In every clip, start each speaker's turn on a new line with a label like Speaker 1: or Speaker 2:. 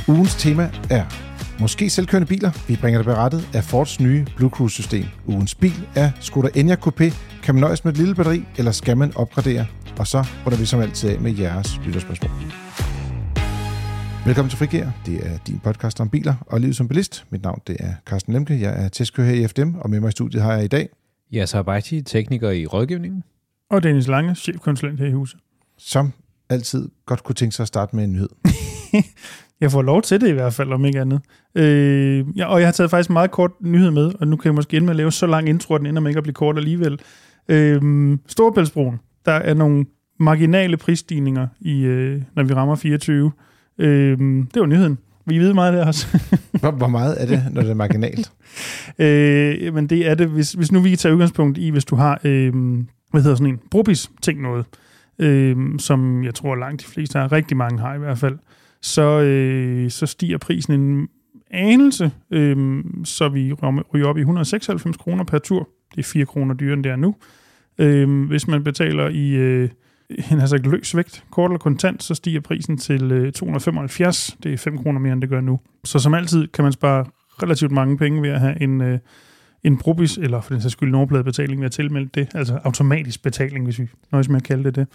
Speaker 1: Ugens tema er måske selvkørende biler. Vi bringer det berettet af Fords nye Blue Cruise-system. Ugens bil er Skoda Enyaq Coupé. Kan man nøjes med et lille batteri, eller skal man opgradere? Og så runder vi som altid af med jeres lytterspørgsmål. Velkommen til Frigir. Det er din podcast om biler og livet som bilist. Mit navn det er Carsten Lemke. Jeg er testkører her i FDM, og med mig i studiet har jeg i dag
Speaker 2: Yasser Abajti, tekniker i rådgivningen.
Speaker 3: Og Dennis Lange, chefkonsulent her i huset.
Speaker 1: Som altid godt kunne tænke sig at starte med en nyhed.
Speaker 3: Jeg får lov til det i hvert fald, om ikke andet. Og jeg har taget faktisk en meget kort nyhed med, og nu kan jeg måske ende med at lave så lang intro, at den ender med ikke at blive kort alligevel. Storebæltsbroen. Der er nogle marginale prisstigninger, når vi rammer 24. Det var nyheden. Vi ved meget af det også.
Speaker 1: Hvor meget er det, når det er marginalt?
Speaker 3: Men det er det, hvis nu vi tager udgangspunkt i, hvis du har sådan en brobis-ting noget, som jeg tror langt de fleste har, rigtig mange har i hvert fald, så stiger prisen en anelse, så vi ryger op i 196 kroner per tur. Det er 4 kroner dyrere end det er nu. Hvis man betaler i løs vægt, kort eller kontant, så stiger prisen til 275. Det er 5 kroner mere, end det gør nu. Så som altid kan man spare relativt mange penge ved at have en brobis, eller for den sags skyld nummerpladebetaling ved at tilmelde det, altså automatisk betaling, hvis vi nøjes med at kalde det.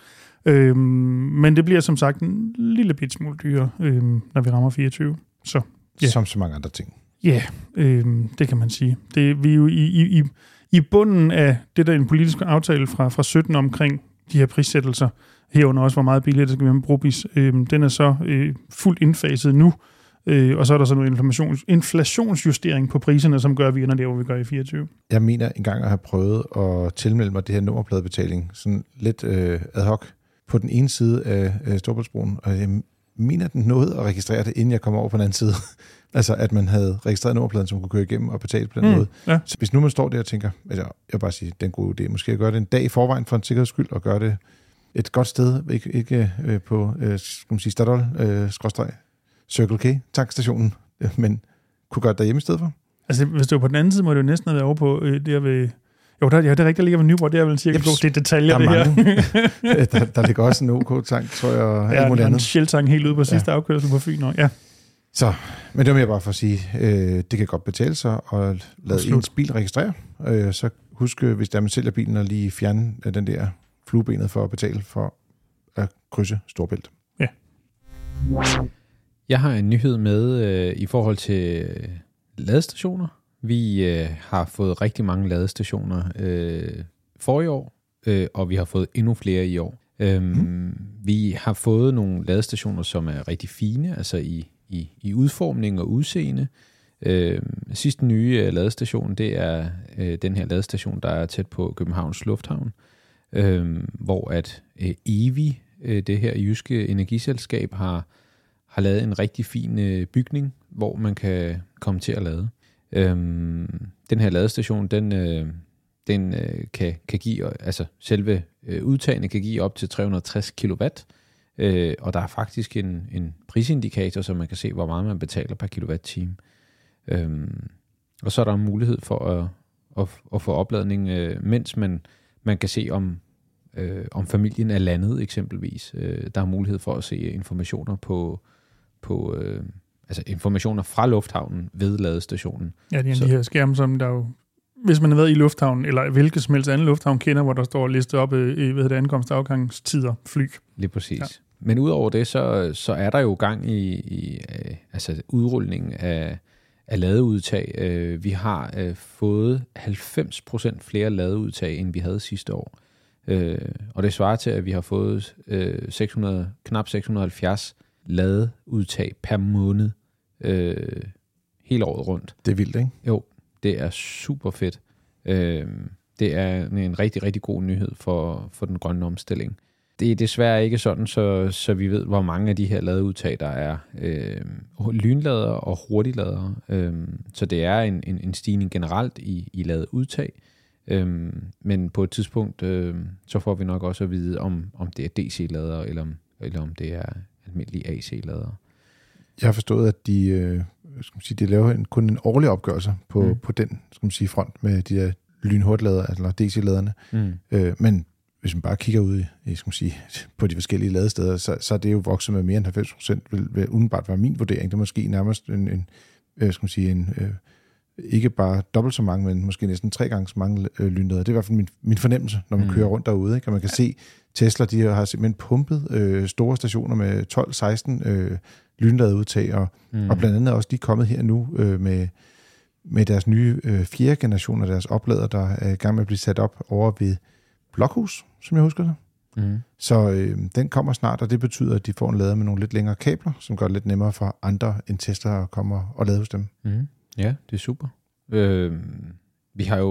Speaker 3: Men det bliver som sagt en lille bit smule dyrere, når vi rammer 24. Så, yeah.
Speaker 1: Som så mange andre ting.
Speaker 3: Ja, det kan man sige. Vi er jo i bunden af det, der er en politisk aftale fra 17 omkring de her prissættelser, herunder også, hvor meget billigere det skal være med brobis. Den er så fuldt indfaset nu, og så er der så noget inflationsjustering på priserne, som gør, at vi ender der, hvor vi gør i 24.
Speaker 1: Jeg mener engang at have prøvet at tilmelde mig det her nummerpladebetaling, sådan lidt ad hoc, på den ene side af Storebæltsbroen, og jeg mener, at den nåede at registrere det, inden jeg kom over på den anden side. Altså, at man havde registreret nummerpladen, som kunne køre igennem og betale på den måde. Ja. Så hvis nu man står der og tænker, altså, jeg vil bare sige, det er en god idé, måske at gøre det en dag i forvejen for en sikkerheds skyld, og gøre det et godt sted, ikke på, Statoil, Circle K, tankstationen, men kunne gøre det derhjemme i stedet for.
Speaker 3: Altså, hvis det var på den anden side, må det jo næsten have været over på der ved... Jo, det er rigtigt, der ligger ved Nyborg, det er vel cirka det er detaljer, det her.
Speaker 1: der ligger også en OK-tank, tror jeg, og alt muligt andet.
Speaker 3: Ja, en Shell-tank helt ude på sidste afkørsel på Fyn. Ja.
Speaker 1: Så, men det var mere bare for at sige, det kan godt betale sig at lade ens bil registrere. Så husk, hvis der man sælger bilen, og lige fjerne den der fluebenet for at betale for at krydse Storebælt.
Speaker 3: Ja.
Speaker 2: Jeg har en nyhed med i forhold til ladestationer. Vi har fået rigtig mange ladestationer forrige år, og vi har fået endnu flere i år. Vi har fået nogle ladestationer, som er rigtig fine, altså i udformning og udseende. Sidste nye ladestation, det er den her ladestation, der er tæt på Københavns Lufthavn, hvor at EVI, det her jyske energiselskab, har lavet en rigtig fin bygning, hvor man kan komme til at lade. Den her ladestation, den kan give, altså selve udtagene kan give op til 360 kW, og der er faktisk en prisindikator, så man kan se, hvor meget man betaler per kilowatt-time. Og så er der en mulighed for at få opladning, mens man kan se, om familien er landet eksempelvis. Der er mulighed for at se informationer på altså informationer fra lufthavnen ved ladestationen. Ja,
Speaker 3: det er de her skærme, som der jo, hvis man har været i lufthavnen, eller hvilket som helst anden lufthavn kender, hvor der står listet op ankomst- og afgangstider, fly.
Speaker 2: Lige præcis. Ja. Men udover det, så er der jo gang i altså udrulningen af ladeudtag. Vi har fået 90% flere ladeudtag, end vi havde sidste år. Og det svarer til, at vi har fået knap 670 ladeudtag per måned hele året rundt.
Speaker 1: Det er vildt, ikke?
Speaker 2: Jo, det er super fedt. Det er en rigtig, rigtig god nyhed for den grønne omstilling. Det er desværre ikke sådan, så vi ved, hvor mange af de her ladeudtag, der er lynladere og hurtigladere. Så det er en stigning generelt i ladeudtag. Men på et tidspunkt, så får vi nok også at vide, om det er DC-ladere, eller om det er almindelige AC-ladere.
Speaker 1: Jeg har forstået, at de laver kun en årlig opgørelse på den front med de der lynhurtigladere, eller DC-laderne. Men hvis man bare kigger ud på de forskellige ladesteder, så er det jo vokset med mere end 90%, vil umiddelbart være min vurdering. Det er måske nærmest ikke bare dobbelt så mange, men måske næsten 3 gange så mange lynladere. Det er i hvert fald min fornemmelse, når man kører rundt derude. Ikke? Og man kan se, Tesla de har simpelthen pumpet store stationer med 12-16 lynladeudtag, og blandt andet også de er kommet her nu med deres nye 4. generation af deres oplader, der er i gang med at blive sat op over ved Blokhus, som jeg husker det. Så den kommer snart, og det betyder, at de får en lader med nogle lidt længere kabler, som gør det lidt nemmere for andre end Tesla at komme og lade hos dem.
Speaker 2: Ja, det er super. Vi har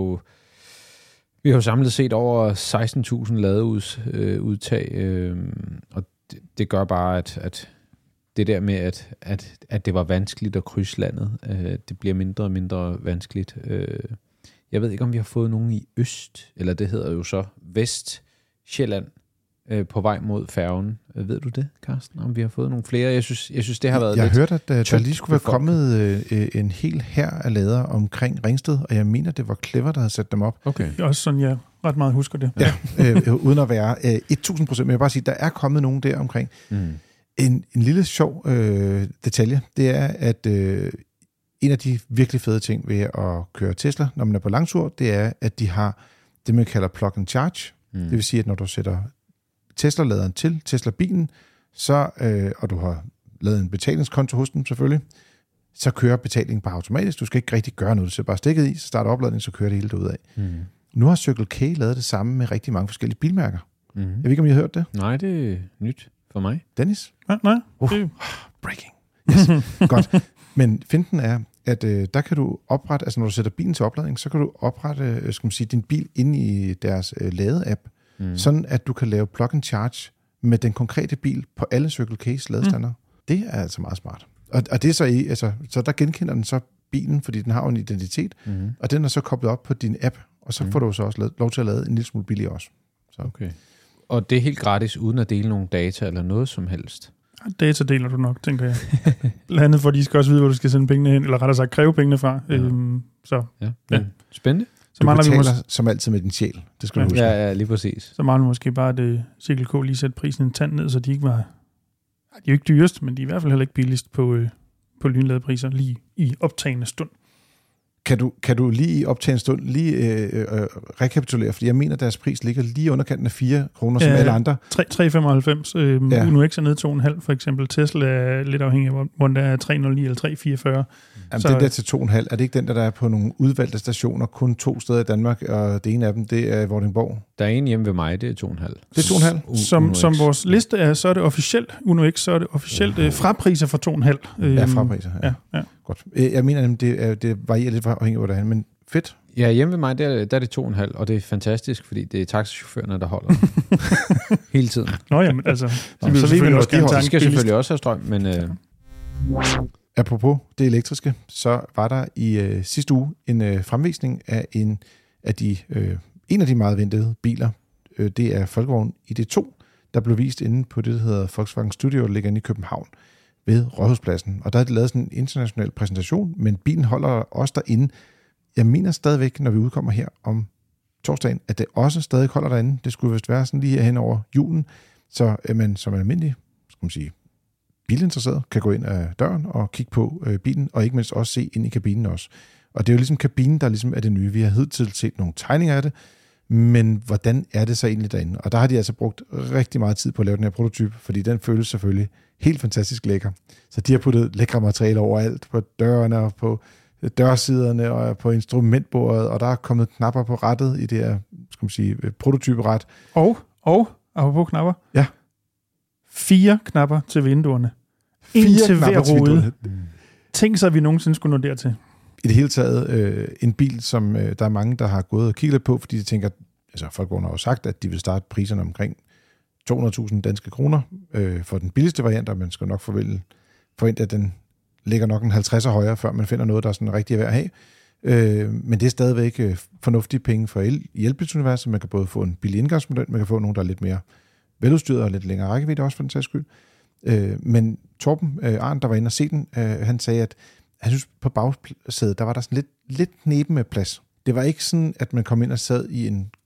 Speaker 2: jo samlet set over 16.000 ladeudtag, og det gør bare, at det der med, at det var vanskeligt at krydse landet, det bliver mindre og mindre vanskeligt. Jeg ved ikke, om vi har fået nogen i øst, eller det hedder jo så Vestsjælland, på vej mod færgen. Ved du det, Carsten? Om vi har fået nogle flere? Jeg synes det har været
Speaker 1: Jeg
Speaker 2: lidt...
Speaker 1: Jeg hørte, at der lige skulle være kommet en hel hær af lader omkring Ringsted, og jeg mener, det var Clever, der havde sat dem op.
Speaker 2: Okay.
Speaker 3: Det er også sådan, jeg ret meget husker det.
Speaker 1: Ja, uden at være 1000%, men jeg vil bare sige, der er kommet nogen der omkring. En lille sjov detalje, det er, at en af de virkelig fede ting ved at køre Tesla, når man er på langtur, det er, at de har det, man kalder plug and charge. Det vil sige, at når du sætter Tesla-laderen til Tesla-bilen, så, og du har lavet en betalingskonto hos dem selvfølgelig, så kører betalingen bare automatisk. Du skal ikke rigtig gøre noget. Du sætter bare stikket i, så starter opladningen, så kører det hele derudad. Nu har Circle K lavet det samme med rigtig mange forskellige bilmærker. Jeg ved ikke, om I har hørt det?
Speaker 2: Nej, det er nyt for mig.
Speaker 1: Dennis?
Speaker 3: Nej.
Speaker 1: Breaking. Yes, godt. Men finten er, at der kan du oprette, altså når du sætter bilen til opladning, så kan du oprette, din bil inde i deres lade-app, sådan at du kan lave plug and charge med den konkrete bil på alle Circle K's ladestander. Det er altså meget smart. Og det er så så der genkender den så bilen, fordi den har en identitet, og den er så koblet op på din app, og så får du så også lov til at lade en lille smule billigere også. Så.
Speaker 2: Okay. Og det er helt gratis, uden at dele nogle data eller noget som helst?
Speaker 3: Data deler du nok, tænker jeg. Blandt andet, for de skal også vide, hvor du skal sende pengene hen, eller rettere sagt kræve pengene fra.
Speaker 2: Ja. Spændende.
Speaker 1: Så du betaler som altid med din sjæl. Det skal du huske.
Speaker 2: Ja, lige præcis.
Speaker 3: Så mangler måske bare, at Circle K lige sætte prisen en tand ned, så de ikke var... De er jo ikke dyrest, men de er i hvert fald heller ikke billigst på lynladepriser lige i optagende stund.
Speaker 1: Kan du lige i optagende stund rekapitulere, fordi jeg mener, at deres pris ligger lige under kanten af 4 kroner, som alle andre.
Speaker 3: 3,95. Uno X er nede 2,5 for eksempel. Tesla er lidt afhængig af, hvor der er 3,09 eller 3,44.
Speaker 1: Jamen, den der til 2,5, er det ikke den, der er på nogle udvalgte stationer, kun 2 steder i Danmark, og det ene af dem, det er Vordingborg?
Speaker 2: Der er en hjemme ved mig, det er 2,5.
Speaker 1: Det er 2,5?
Speaker 3: Som vores liste er, så er det officielt, Uno X, så er det officielt frapriser for 2,5.
Speaker 1: Ja, frapriser,
Speaker 3: ja.
Speaker 1: Godt. Jeg mener nemlig, det varierer lidt afhængig af, hvor det er, men fedt.
Speaker 2: Ja, hjemme ved mig, der er det 2,5, og det er fantastisk, fordi det er taxichaufførerne, der holder hele tiden.
Speaker 3: Nå jamen, altså...
Speaker 2: De skal selvfølgelig også have strøm, men...
Speaker 1: Apropos det elektriske, så var der i sidste uge en fremvisning af en af de meget ventede biler. Det er Folkevogn ID.2, der blev vist inde på det, der hedder Volkswagen Studio, der ligger inde i København ved Rådhuspladsen. Og der er de lavet sådan en international præsentation, men bilen holder også derinde. Jeg mener stadigvæk, når vi udkommer her om torsdagen, at det også stadig holder derinde. Det skulle vist være sådan lige her hen over julen, så man som en almindelig, bilinteresseret kan gå ind ad døren og kigge på bilen, og ikke mindst også se ind i kabinen også. Og det er jo ligesom kabinen, der ligesom er det nye. Vi har hidtil set nogle tegninger af det, men hvordan er det så egentlig derinde? Og der har de altså brugt rigtig meget tid på at lave den her prototype, fordi den føles selvfølgelig helt fantastisk lækker. Så de har puttet lækre materialer overalt, på dørene og på dørsiderne og på instrumentbordet, og der er kommet knapper på rattet i det her, prototyperet.
Speaker 3: Og apropos knapper.
Speaker 1: Ja.
Speaker 3: 4 knapper til vinduerne. 1 til hver rude. Tænk så, at vi nogensinde skulle nå dertil.
Speaker 1: I det hele taget en bil, som der er mange, der har gået og kigget på, fordi de tænker, altså Folkevogn har jo sagt, at de vil starte priserne omkring 200.000 danske kroner for den billigste variant, og man skal nok forvente, at den ligger nok en 50'er højere, før man finder noget, der er sådan rigtig værd at have. Men det er stadigvæk fornuftige penge for elbilsuniverset. Man kan både få en billig indgangsmodel, man kan få nogen, der er lidt mere veludstyret og lidt længere rækkevidde også for den sags skyld. Men Torben Arndt, der var inde og se den, han sagde, at han synes på bagsædet, der var der sådan lidt knepen med plads. Det var ikke sådan, at man kom ind og sad i en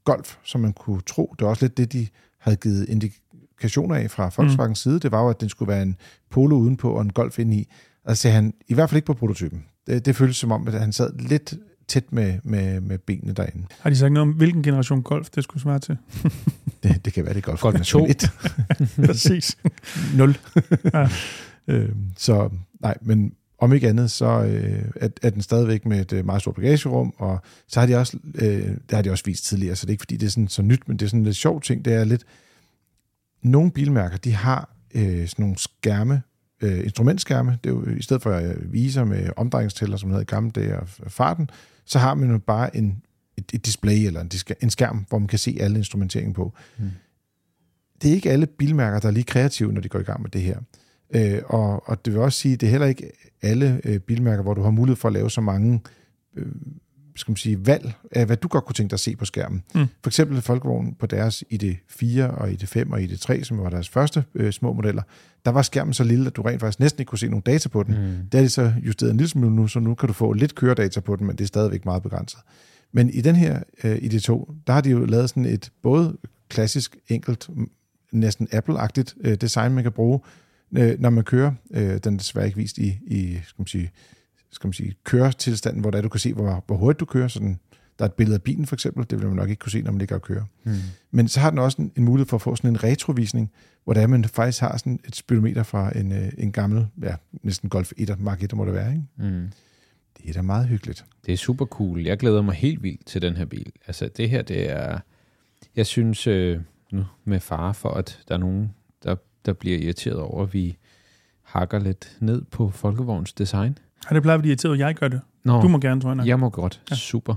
Speaker 1: Golf, som man kunne tro. Det var også lidt det, de havde givet indikationer af fra Volkswagens side. Det var jo, at den skulle være en Polo udenpå og en Golf indeni. Og så sagde han, i hvert fald ikke på prototypen. Det føltes som om, at han sad lidt tæt med benene derinde.
Speaker 3: Har de sagt noget om, hvilken generation Golf det skulle svare til?
Speaker 1: Det kan være, det er Golf
Speaker 2: 2.
Speaker 1: 1.
Speaker 3: Præcis.
Speaker 1: 0.
Speaker 3: Ja.
Speaker 1: Så nej, men om ikke andet, så er den stadigvæk med et meget stort bagagerum, og så har de også, det har de også vist tidligere, så det er ikke fordi, det er sådan så nyt, men det er sådan en lidt sjov ting, det er lidt, nogle bilmærker, de har sådan nogle skærme, instrumentskærme, det er jo i stedet for at vise med omdrejningstæller, som hedder i gamle dage og farten, så har man jo bare et display eller en skærm, hvor man kan se alle instrumenteringen på. Det er ikke alle bilmærker, der er lige kreative, når de går i gang med det her. Og det vil også sige, at det er heller ikke alle bilmærker, hvor du har mulighed for at lave så mange skal man sige, valg af, hvad du godt kunne tænke dig at se på skærmen. For eksempel Volkswagen på deres ID4 og ID5 og ID3, som var deres første små modeller, der var skærmen så lille, at du rent faktisk næsten ikke kunne se nogen data på den. Det er de så justeret en lille smule nu, så nu kan du få lidt køredata på den, men det er stadigvæk meget begrænset. Men i den her ID2, der har de jo lavet sådan et både klassisk, enkelt, næsten Apple-agtigt design, man kan bruge, når man kører. Den er desværre ikke vist i skal man sige, køretilstanden, hvor du kan se, hvor hurtigt du kører. Sådan, der er et billede af bilen for eksempel, det vil man nok ikke kunne se, når man ligger og kører. Men så har den også en mulighed for at få sådan en retrovisning, hvor der man faktisk har sådan et speedometer fra en gammel, næsten Golf 1, Mark 1 må det være, ikke? Det er da meget hyggeligt.
Speaker 2: Det er super cool. Jeg glæder mig helt vildt til den her bil. Altså det her, det er, jeg synes nu med fare for, at der er nogen, der bliver irriteret over, at vi hakker lidt ned på Folkevogns design.
Speaker 3: Har det plejer at blive irriteret, at jeg gør det?
Speaker 2: Nå,
Speaker 3: du må gerne, tror jeg.
Speaker 2: Jeg må godt. Ja. Super.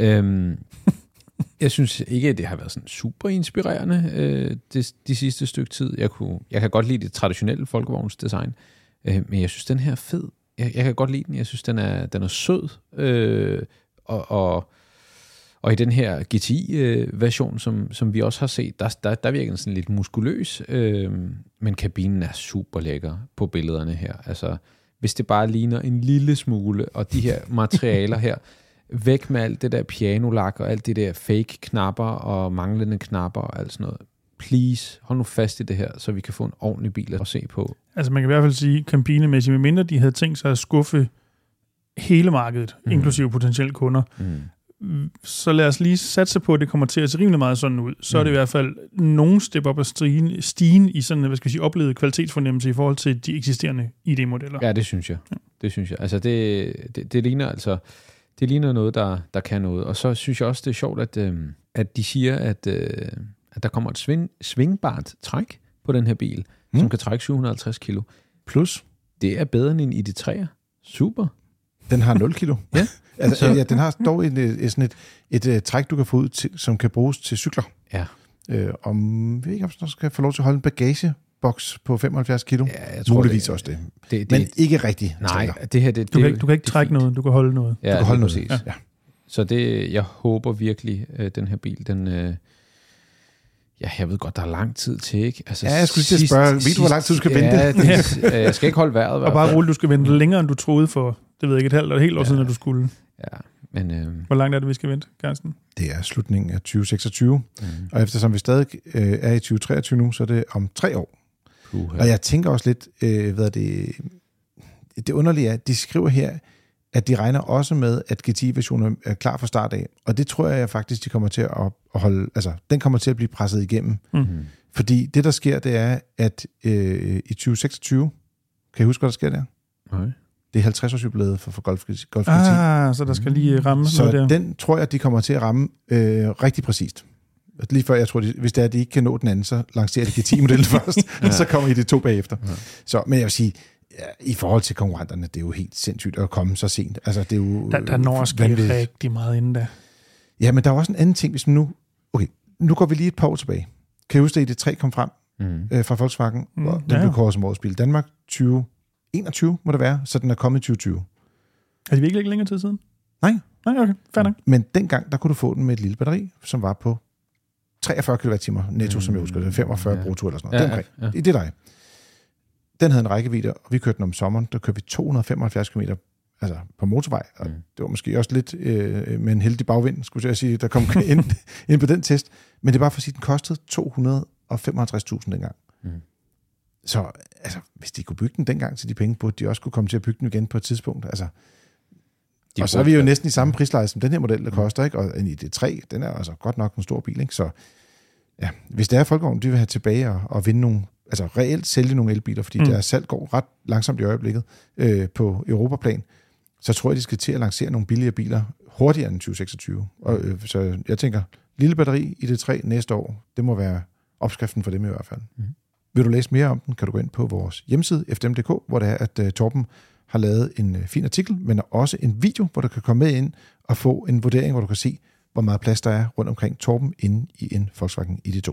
Speaker 2: Jeg synes ikke, at det har været sådan super inspirerende de sidste stykke tid. Jeg kan godt lide det traditionelle Folkevogns design, men jeg synes, den her er fed. Jeg kan godt lide den. Jeg synes, den er sød. Og i den her GTI-version, som vi også har set, der virker den sådan lidt muskuløs, men kabinen er super lækker på billederne her. Altså, hvis det bare ligner en lille smule, og de her materialer her, væk med alt det der pianolak og alt det der fake knapper og manglende knapper og alt sådan noget. Please, hold nu fast i det her, så vi kan få en ordentlig bil at se på.
Speaker 3: Altså man kan i hvert fald sige, kabinemæssigt, medmindre de havde tænkt sig at skuffe hele markedet, inklusive potentielle kunder, så lad os lige satse på, at det kommer til at se rimelig meget sådan ud. Så er det i hvert fald nogen step op af stigen i sådan, hvad skal vi sige, oplevet kvalitetsfornemmelse i forhold til de eksisterende ID-modeller.
Speaker 2: Ja, det synes jeg. Ja. Det synes jeg. Altså det ligner altså, det ligner noget, der kan noget. Og så synes jeg også, det er sjovt, at de siger, at der kommer et svingbart træk på den her bil, som kan trække 750 kilo. Plus, det er bedre end en ID3'er. Super.
Speaker 1: Den har 0 kilo.
Speaker 2: Ja.
Speaker 1: Altså, den har dog sådan et træk, du kan få ud, som kan bruges til cykler.
Speaker 2: Ja.
Speaker 1: Jeg ved ikke, om du skal få lov til at holde en bagageboks på 75 kilo.
Speaker 2: Ja, jeg tror
Speaker 1: muligvis også det. Men ikke rigtigt.
Speaker 2: Nej, det her...
Speaker 3: Du kan ikke trække noget, du kan holde noget.
Speaker 2: Ja,
Speaker 1: du kan holde noget. Ja.
Speaker 2: Så jeg håber virkelig, den her bil, den... jeg ved godt, der er lang tid til, ikke? Altså,
Speaker 1: jeg skulle lige spørge, ved du, hvor lang tid du skal vente?
Speaker 2: Jeg skal ikke holde vejret.
Speaker 3: Og bare roligt, du skal vente længere, end du troede for, det ved jeg ikke, et helt år siden, at du skulle.
Speaker 2: Ja, men...
Speaker 3: Hvor langt er det, vi skal vente, Carsten?
Speaker 1: Det er slutningen af 2026. Og eftersom vi stadig er i 2023 nu, så er det om 3 år. Og jeg tænker også lidt, det underlige er, at de skriver her, at de regner også med, at GTI-versionen er klar fra start af. Og det tror jeg faktisk, de kommer til at holde, altså den kommer til at blive presset igennem. Fordi det, der sker, det er, at i 2026, kan I huske, hvad der sker der?
Speaker 2: Nej.
Speaker 1: Det er 50-årsjubilæet for Golf GTI.
Speaker 3: Så der skal lige ramme
Speaker 1: så
Speaker 3: noget der.
Speaker 1: Den tror jeg, de kommer til at ramme rigtig præcist. Lige før, jeg tror, hvis det er, at de ikke kan nå den anden, så lancerer de GTI-modellen først, og så kommer I det 2 bagefter. Så, men jeg vil sige, i forhold til konkurrenterne, det er jo helt sindssygt at komme så sent. Altså, det er jo...
Speaker 3: Der når skal rigtig meget inden da.
Speaker 1: Ja, men der er også en anden ting, hvis man nu... Okay, nu går vi lige et par år tilbage. Kan I huske, at ID3 kom frem fra Volkswagen, og den blev kåret som årets bil. Danmark 2021 må det være, så den er kommet i 2020.
Speaker 3: Er det virkelig ikke længere tid siden?
Speaker 1: Nej.
Speaker 3: Nej, okay. Fair nok.
Speaker 1: Men dengang, der kunne du få den med et lille batteri, som var på 43 kWh netto, som jeg husker, 45 brutto eller sådan noget.
Speaker 2: Ja.
Speaker 1: Det er dig. Den havde en rækkevidde, og vi kørte den om sommeren, der kørte vi 275 km, altså på motorvej, og det var måske også lidt med en heldig bagvind, skulle jeg sige, der kom ind på den test, men det er bare for at sige, at den kostede 255.000 dengang. Så altså, hvis de kunne bygge den dengang til de penge, burde de også kunne komme til at bygge den igen på et tidspunkt. Altså, og så er vi jo næsten i samme prisleje som den her model, der koster, ikke? Og en ID3, den er altså godt nok en stor bil, ikke? Så ja, hvis det er Folkevogn, de vil have tilbage og vinde nogle, altså reelt sælge nogle elbiler, fordi deres salg går ret langsomt i øjeblikket på Europaplan, så tror jeg, de skal til at lancere nogle billigere biler hurtigere end 2026. Og, så jeg tænker, lille batteri i det 3 næste år, det må være opskriften for dem i hvert fald. Vil du læse mere om den, kan du gå ind på vores hjemmeside, fdm.dk, hvor det er, at Torben har lavet en fin artikel, men også en video, hvor du kan komme med ind og få en vurdering, hvor du kan se, hvor meget plads der er rundt omkring Torben inde i en Volkswagen ID2.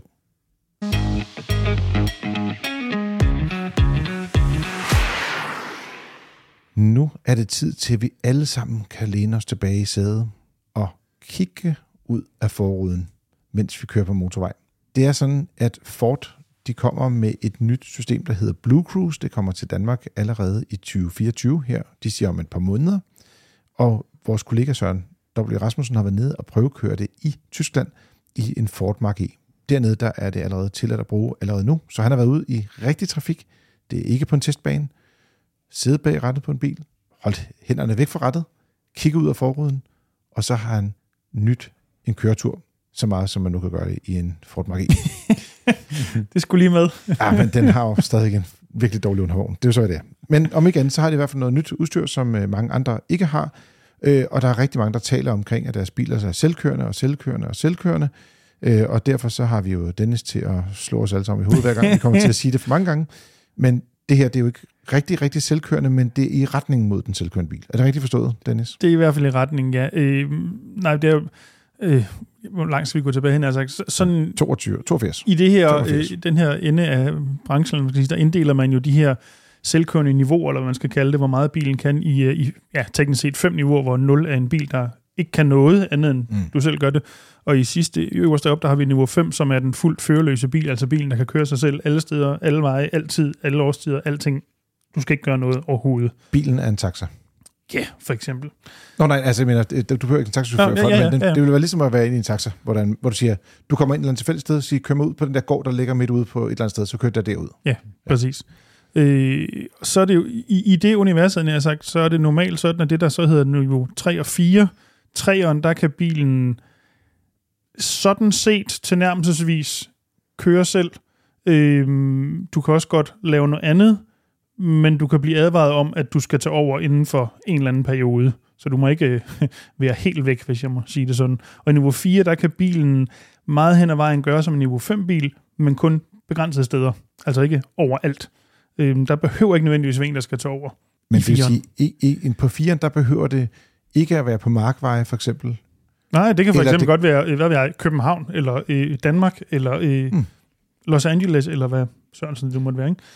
Speaker 1: Nu er det tid til, at vi alle sammen kan læne os tilbage i sædet og kigge ud af forruden, mens vi kører på motorvej. Det er sådan, at Ford de kommer med et nyt system, der hedder Blue Cruise. Det kommer til Danmark allerede i 2024 her. De siger om et par måneder. Og vores kollega Søren W. Rasmussen har været nede og prøvekøre det i Tyskland i en Ford Mach-E. Dernede der er det allerede tilladt at bruge allerede nu. Så han har været ude i rigtig trafik. Det er ikke på en testbane. Sidde bag rattet på en bil. Holdt hænderne væk fra rattet. Kigge ud af forruden. Og så har han nyt en køretur. Så meget, som man nu kan gøre det i en Ford Mach-E.
Speaker 3: Det skulle lige med.
Speaker 1: Ja, men den har jo stadig en virkelig dårlig undervogn. Det er jo så, det. Men om ikke andet, så har de i hvert fald noget nyt udstyr, som mange andre ikke har. Og der er rigtig mange, der taler omkring, at deres biler er selvkørende. Og derfor så har vi jo Dennis til at slå os alle sammen i hovedet, hver gang vi kommer til at sige det for mange gange. Men det her, det er jo ikke rigtig selvkørende, men det er i retning mod den selvkørende bil. Er det rigtigt forstået, Dennis?
Speaker 3: Det er i hvert fald i retning, ja. Nej, det er jo... hvor langt skal vi gå tilbage hen? Altså, sådan
Speaker 1: 82.
Speaker 3: I det her, den her ende af branchen, der inddeler man jo de her selvkørende niveauer, eller hvad man skal kalde det, hvor meget bilen kan i teknisk set 5 niveauer, hvor 0 er en bil, der ikke kan noget andet end du selv gør det. Og i øverste op, der har vi niveau 5, som er den fuldt førerløse bil, altså bilen, der kan køre sig selv alle steder, alle veje, altid, alle årstider, alting. Du skal ikke gøre noget overhovedet.
Speaker 1: Bilen er en taxa.
Speaker 3: Ja, for eksempel.
Speaker 1: Nå nej, altså jeg mener, du behøver ikke en taxachauffør for det, men det vil være ligesom at være inde i en taxa, hvor du siger, du kommer ind et eller andet tilfældigt sted og siger, kør mig ud på den der gård, der ligger midt ude på et eller andet sted, så kører der derud.
Speaker 3: Ja, præcis. Så er det jo, i det univers, jeg har sagt, så er det normalt sådan, at det der så hedder niveau 3 og 4. 3'eren, der kan bilen sådan set tilnærmelsesvis køre selv. Du kan også godt lave noget andet, men du kan blive advaret om, at du skal tage over inden for en eller anden periode. Så du må ikke være helt væk, hvis jeg må sige det sådan. Og i niveau 4, der kan bilen meget hen ad vejen gøre som en niveau 5-bil, men kun begrænsede steder. Altså ikke overalt. Der behøver ikke nødvendigvis en, der skal tage over.
Speaker 1: Men det vil sige, på 4'eren, der behøver det ikke at være på markveje, for eksempel?
Speaker 3: Nej, det kan for eksempel godt være København, eller Danmark, eller Los Angeles, eller hvad Sørensen det måtte være, ikke?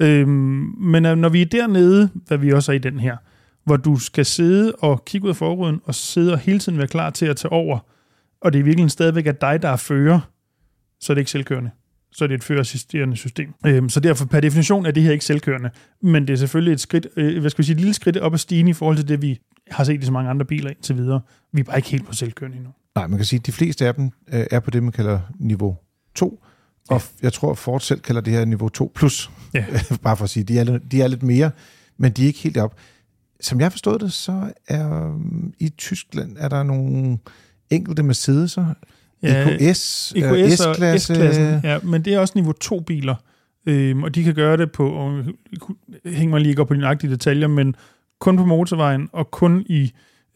Speaker 3: Men når vi er dernede, hvad vi også er i den her, hvor du skal sidde og kigge ud af forruden, og sidde og hele tiden være klar til at tage over, og det er virkelig stadigvæk er dig, der er fører, så er det ikke selvkørende. Så er det et førerassisterende system. Så derfor per definition er det her ikke selvkørende, men det er selvfølgelig et skridt, et lille skridt op ad stigen i forhold til det, vi har set i så mange andre biler indtil videre. Vi er bare ikke helt på selvkørende endnu.
Speaker 1: Nej, man kan sige, at de fleste af dem er på det, man kalder niveau 2, og jeg tror, Ford selv kalder det her niveau 2+. Ja. Bare for at sige, de er lidt mere, men de er ikke helt op. Som jeg forstod det, så er i Tyskland er der nogle enkelte Mercedes'er, EQS S-klasse.
Speaker 3: Ja, men det er også niveau 2-biler, og de kan gøre det på, og hæng mig lige ikke op på de nøjagtige detaljer, men kun på motorvejen, og kun i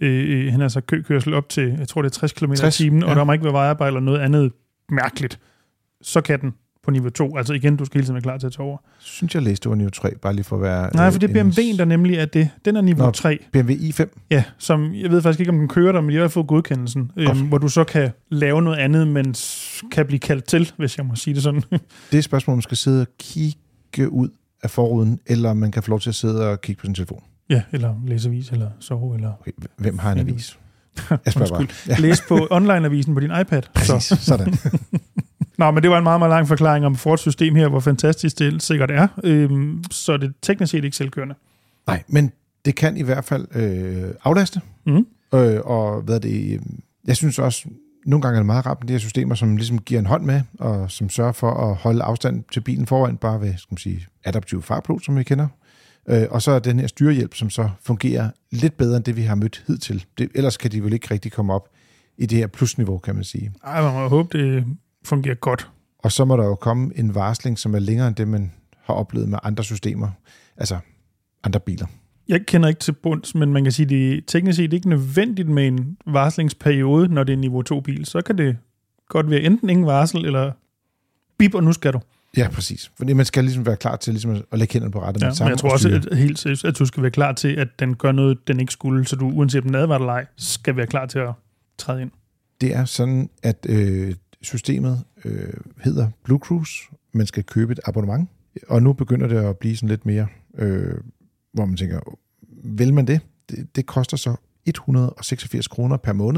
Speaker 3: køkørsel op til, jeg tror det er 60 km i timen, og der må ikke være vejarbejde eller noget andet mærkeligt. Så kan den på niveau 2. Altså igen, du skal hele tiden være klar til at tage over.
Speaker 1: Synes jeg læste, det var niveau 3, bare lige for at være...
Speaker 3: Nej, for det er BMW'en, der nemlig er det. Den er niveau 3.
Speaker 1: BMW i5?
Speaker 3: Ja, som jeg ved faktisk ikke, om den kører der, men de har fået godkendelsen, hvor du så kan lave noget andet, men kan blive kaldt til, hvis jeg må sige det sådan.
Speaker 1: Det er et spørgsmål, om man skal sidde og kigge ud af forruden, eller man kan få lov til at sidde og kigge på sin telefon.
Speaker 3: Ja, eller læse avis, eller sove, eller...
Speaker 1: Okay, hvem har en avis? Jeg spørger bare.
Speaker 3: Ja. Læs på online-avisen på din iPad.
Speaker 1: Præcis, sådan.
Speaker 3: Nå, men det var en meget, meget lang forklaring om Fords system her, hvor fantastisk det sikkert er. Så det teknisk set ikke selvkørende.
Speaker 1: Nej, men Det kan i hvert fald aflaste. Og jeg synes også, nogle gange er det meget rart med de her systemer, som ligesom giver en hånd med, og som sørger for at holde afstand til bilen foran, bare ved, skal man sige, adaptiv fartpilot, som vi kender. Og så er den her styrehjælp, som så fungerer lidt bedre, end det vi har mødt hidtil. Ellers kan de vel ikke rigtig komme op i det her plusniveau, kan man sige.
Speaker 3: Ej, man må håbe, det fungerer godt.
Speaker 1: Og så må der jo komme en varsling, som er længere end det, man har oplevet med andre systemer, altså andre biler.
Speaker 3: Jeg kender ikke til bunds, men man kan sige, at det teknisk set ikke nødvendigt med en varslingsperiode, når det er niveau 2-bil. Så kan det godt være enten ingen varsel, eller bip, og nu skal du.
Speaker 1: Ja, præcis. Fordi man skal ligesom være klar til ligesom at lægge hænderne på rettet.
Speaker 3: Ja, men jeg tror også helt seriøst, at du skal være klar til, at den gør noget, den ikke skulle, så du uanset om den advarer eller ej, skal være klar til at træde ind.
Speaker 1: Det er sådan, at systemet hedder Blue Cruise. Man skal købe et abonnement, og nu begynder det at blive sådan lidt mere, hvor man tænker, vil man det? Det koster så 186 kroner per måned.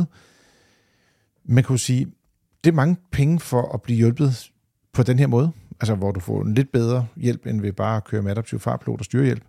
Speaker 1: Man kan jo sige, det er mange penge for at blive hjulpet på den her måde, altså hvor du får en lidt bedre hjælp, end ved bare at køre med adaptiv fartpilot og styrehjælp.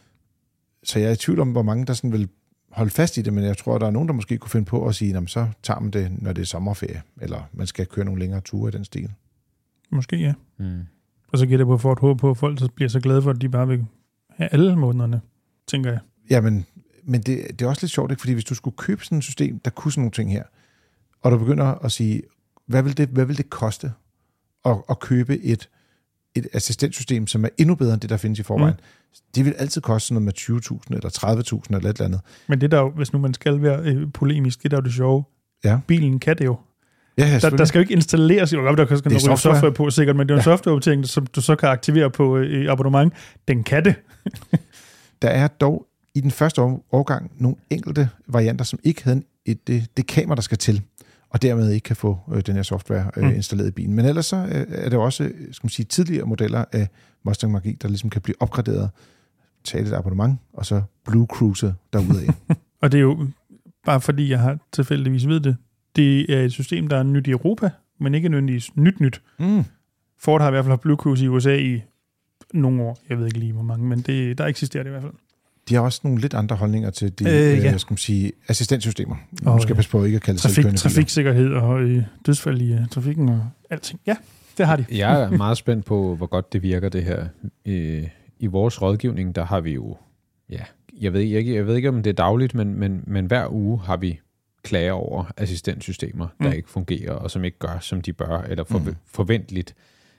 Speaker 1: Så jeg er i tvivl om, hvor mange der sådan vil holde fast i det, men jeg tror, der er nogen, der måske kunne finde på at sige, så tager man det, når det er sommerferie, eller man skal køre nogle længere ture i den stil.
Speaker 3: Måske, ja. Og så giver det på for et håb på, at folk bliver så glade for, at de bare vil have alle månederne, tænker jeg.
Speaker 1: Ja, men det er også lidt sjovt, ikke? Fordi hvis du skulle købe sådan et system, der kunne sådan nogle ting her, og du begynder at sige, hvad vil det koste at købe et assistentsystem, som er endnu bedre end det, der findes i forvejen. Det vil altid koste noget med 20.000 eller 30.000 eller et eller andet.
Speaker 3: Men det der jo, hvis nu man skal være polemisk, det der er jo det sjove.
Speaker 1: Ja.
Speaker 3: Bilen kan det jo.
Speaker 1: Ja,
Speaker 3: der skal jo ikke installeres, der kan noget software på sikkert, men det er en softwareopdatering, som du så kan aktivere på abonnement. Den kan det.
Speaker 1: Der er dog i den første årgang nogle enkelte varianter, som ikke havde det kamera, der skal til, og dermed ikke kan få den her software installeret i bilen. Men ellers så er det også, skal man sige, tidligere modeller af Mustang Mach-E, der ligesom kan blive opgraderet, tage et abonnement, og så Blue Cruise derudad.
Speaker 3: Og det er jo, bare fordi jeg har tilfældigvis ved det, det er et system, der er nyt i Europa, men ikke nødvendigvis nyt. Ford har i hvert fald haft Blue Cruise i USA i nogle år. Jeg ved ikke lige, hvor mange, men der eksisterer det i hvert fald.
Speaker 1: De har også nogle lidt andre holdninger til de skal man sige, assistenssystemer. Nu skal jeg passe på ikke at kalde det selvkørende
Speaker 3: trafiksikkerhed og dødsfald i trafikken og alting. Ja, det har de.
Speaker 2: Jeg er meget spændt på, hvor godt det virker, det her. I vores rådgivning, der har vi jo, jeg ved ikke, om det er dagligt, men hver uge har vi klager over assistenssystemer, der ikke fungerer, og som ikke gør, som de bør, eller forventeligt.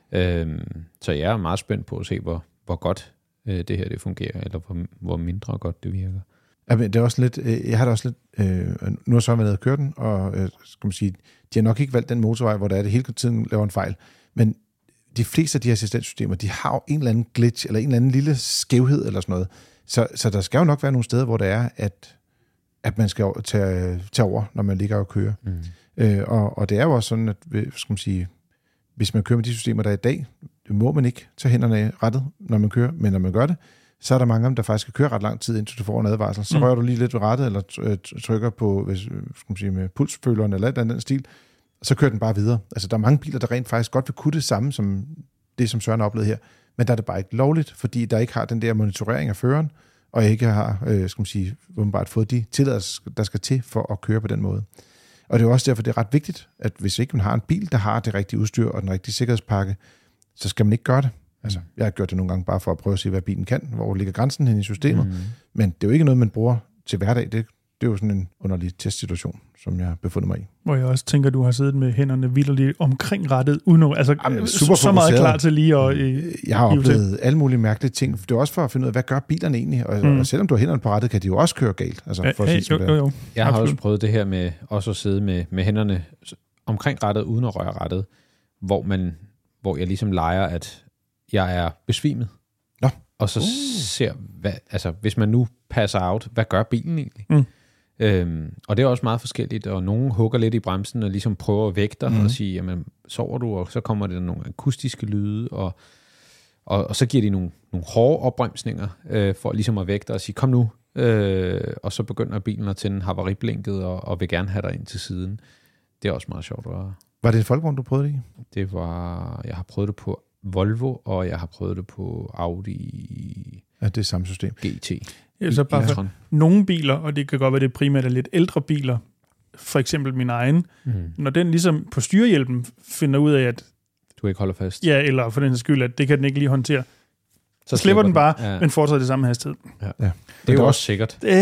Speaker 2: Så jeg er meget spændt på at se, hvor godt det her det fungerer, eller hvor mindre godt det virker.
Speaker 1: Ja, men det er også lidt, jeg har da også lidt, nu har så været at køre den, og skal man sige, de har nok ikke valgt den motorvej, hvor der er det hele tiden laver en fejl, men de fleste af de her assistenssystemer, de har jo en eller anden glitch, eller en eller anden lille skævhed, eller sådan noget. Så der skal jo nok være nogle steder, hvor der er, at man skal tage over, når man ligger og kører. Og det er jo også sådan, at skal man sige, hvis man kører med de systemer, der er i dag, må man ikke tage hænderne af rettet, når man kører, men når man gør det, så er der mange af dem, der faktisk skal køre ret lang tid, indtil du får en advarsel. Så rører du lige lidt ved rettet, eller trykker på skal man sige, med pulsføleren, eller et eller andet stil, og så kører den bare videre. Altså, der er mange biler, der rent faktisk godt vil kunne det samme, som det, som Søren har oplevet her, men der er det bare ikke lovligt, fordi der ikke har den der monitorering af føreren, og ikke har, skal man sige, åbenbart fået de tilladelser, der skal til for at køre på den måde. Og det er også derfor, det er ret vigtigt, at hvis ikke man har en bil, der har det rigtige udstyr og den rigtige sikkerhedspakke, så skal man ikke gøre det. Altså, jeg har gjort det nogle gange bare for at prøve at se, hvad bilen kan, hvor ligger grænsen hen i systemet. Men det er jo ikke noget, man bruger til hverdag. Det er jo sådan en underlig testsituation, som jeg har befundet mig i. Hvor
Speaker 3: jeg også tænker, du har siddet med hænderne vildt omkring rettet, uden så meget klar til lige at...
Speaker 1: Jeg har oplevet alle mulige mærkelige ting. Det er også for at finde ud af, hvad gør bilerne egentlig? Og selvom du har hænderne på rettet, kan de jo også køre galt. Altså, for at sige,
Speaker 2: jo. Jeg har også prøvet det her med også at sidde med hænderne omkring rettet, uden at røre rettet, hvor jeg ligesom leger, at jeg er besvimet.
Speaker 1: Nå.
Speaker 2: Og så ser, hvis man nu passer out, hvad gør bilen egentlig? Og det er også meget forskelligt, og nogen hugger lidt i bremsen og ligesom prøver at vække dig og sige, jamen, sover du? Og så kommer der nogle akustiske lyde, og så giver de nogle hårde opbremsninger for ligesom at vække dig og sige, kom nu. Og så begynder bilen at tænde havariblinket og vil gerne have dig ind til siden. Det er også meget sjovt.
Speaker 1: Var det en Folkevogn, du prøvede det i?
Speaker 2: Jeg har prøvet det på Volvo, og jeg har prøvet det på Audi.
Speaker 1: Ja, det er samme system.
Speaker 2: GT.
Speaker 3: Så bare for nogle biler, og det kan godt være, det primært er lidt ældre biler, for eksempel min egen, når den ligesom på styrehjælpen finder ud af, at
Speaker 2: du ikke holder fast.
Speaker 3: Ja, eller for den skyld, at det kan den ikke lige håndtere. Så slipper den bare, men fortsætter det samme hastighed.
Speaker 2: Ja. Det er jo også sikkert.
Speaker 1: Der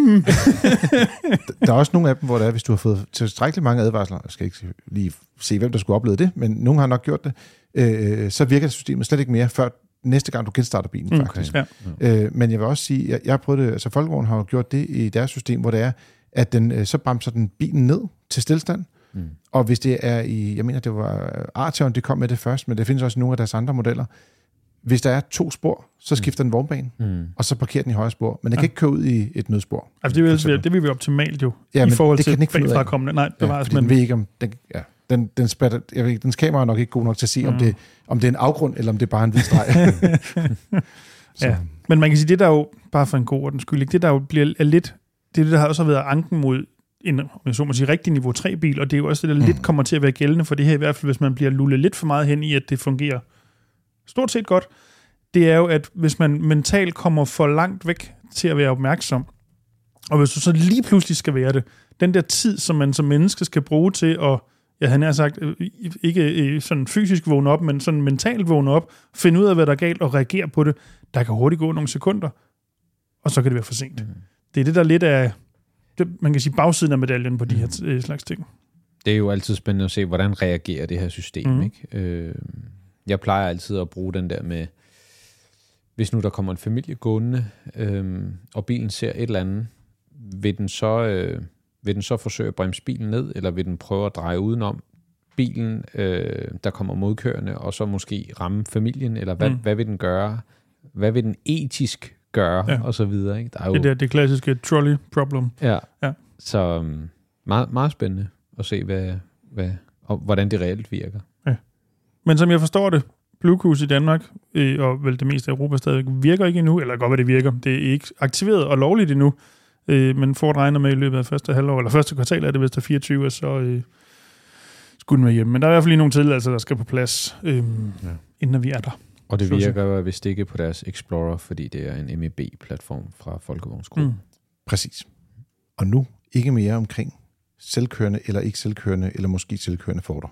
Speaker 1: er også nogle af dem, hvor det er, hvis du har fået tilstrækkeligt mange advarsler, jeg skal ikke lige se, hvem der skulle opleve det, men nogen har nok gjort det, så virker systemet slet ikke mere, før næste gang du genstarter bilen, faktisk. Ja. Men jeg vil også sige, jeg har prøvet det, altså Folkevogn har jo gjort det i deres system, hvor det er, at den, så bremser den bilen ned til stillstand, og hvis det er i, jeg mener, det var Arteon, de kom med det først, men det findes også i nogle af deres andre modeller. Hvis der er 2 spor, så skifter den vognbane, og så parkerer den i højre spor. Men den kan ikke køre ud i et nødspor.
Speaker 3: Altså det vil vi optimalt jo, i forhold til bagfrakommende. Nej, bevares.
Speaker 1: Den ved ikke, om den spatter, jeg ved ikke, dens kamera er nok ikke god nok til at se, om det er en afgrund, eller om det er bare en hvid streg.
Speaker 3: Ja, men man kan sige, det der jo, bare for en god ordens skyld, det der jo bliver lidt, det der har også været anken mod en, så må sige, rigtig niveau 3-bil, og det er jo også det, der lidt kommer til at være gældende for det her, i hvert fald hvis man bliver lullet lidt for meget hen i, at det fungerer stort set godt, det er jo, at hvis man mentalt kommer for langt væk til at være opmærksom, og hvis du så lige pludselig skal være det, den der tid, som man som menneske skal bruge til at, ja, han har sagt, ikke sådan fysisk vågne op, men sådan mentalt vågne op, finde ud af, hvad der er galt, og reagere på det, der kan hurtigt gå nogle sekunder, og så kan det være for sent. Det er det, der lidt af, man kan sige, bagsiden af medaljen på de her slags ting.
Speaker 2: Det er jo altid spændende at se, hvordan reagerer det her system, ikke? Jeg plejer altid at bruge den der med, hvis nu der kommer en familie gående, og bilen ser et eller andet, vil den så forsøge at bremse bilen ned, eller vil den prøve at dreje udenom bilen, der kommer modkørende, og så måske ramme familien, eller hvad vil den gøre? Hvad vil den etisk gøre, og så videre, ikke? Der er jo
Speaker 3: det klassiske trolley problem.
Speaker 2: Ja. Så meget, meget spændende at se, og hvordan det reelt virker.
Speaker 3: Ja. Men som jeg forstår det, Bluecruise i Danmark, og vel det meste af Europa stadig, virker ikke endnu, eller godt hvad det virker. Det er ikke aktiveret og lovligt endnu, men Ford regner med i løbet af første halvår, eller første kvartal er det, hvis der er 24, så skulle den være hjemme. Men der er i hvert fald lige nogle tilladelser, der skal på plads, inden vi er der.
Speaker 2: Og det virker vist ikke på deres Explorer, fordi det er en MEB-platform fra Folkevognsgruppen.
Speaker 1: Præcis. Og nu ikke mere omkring selvkørende eller ikke selvkørende, eller måske selvkørende Forder.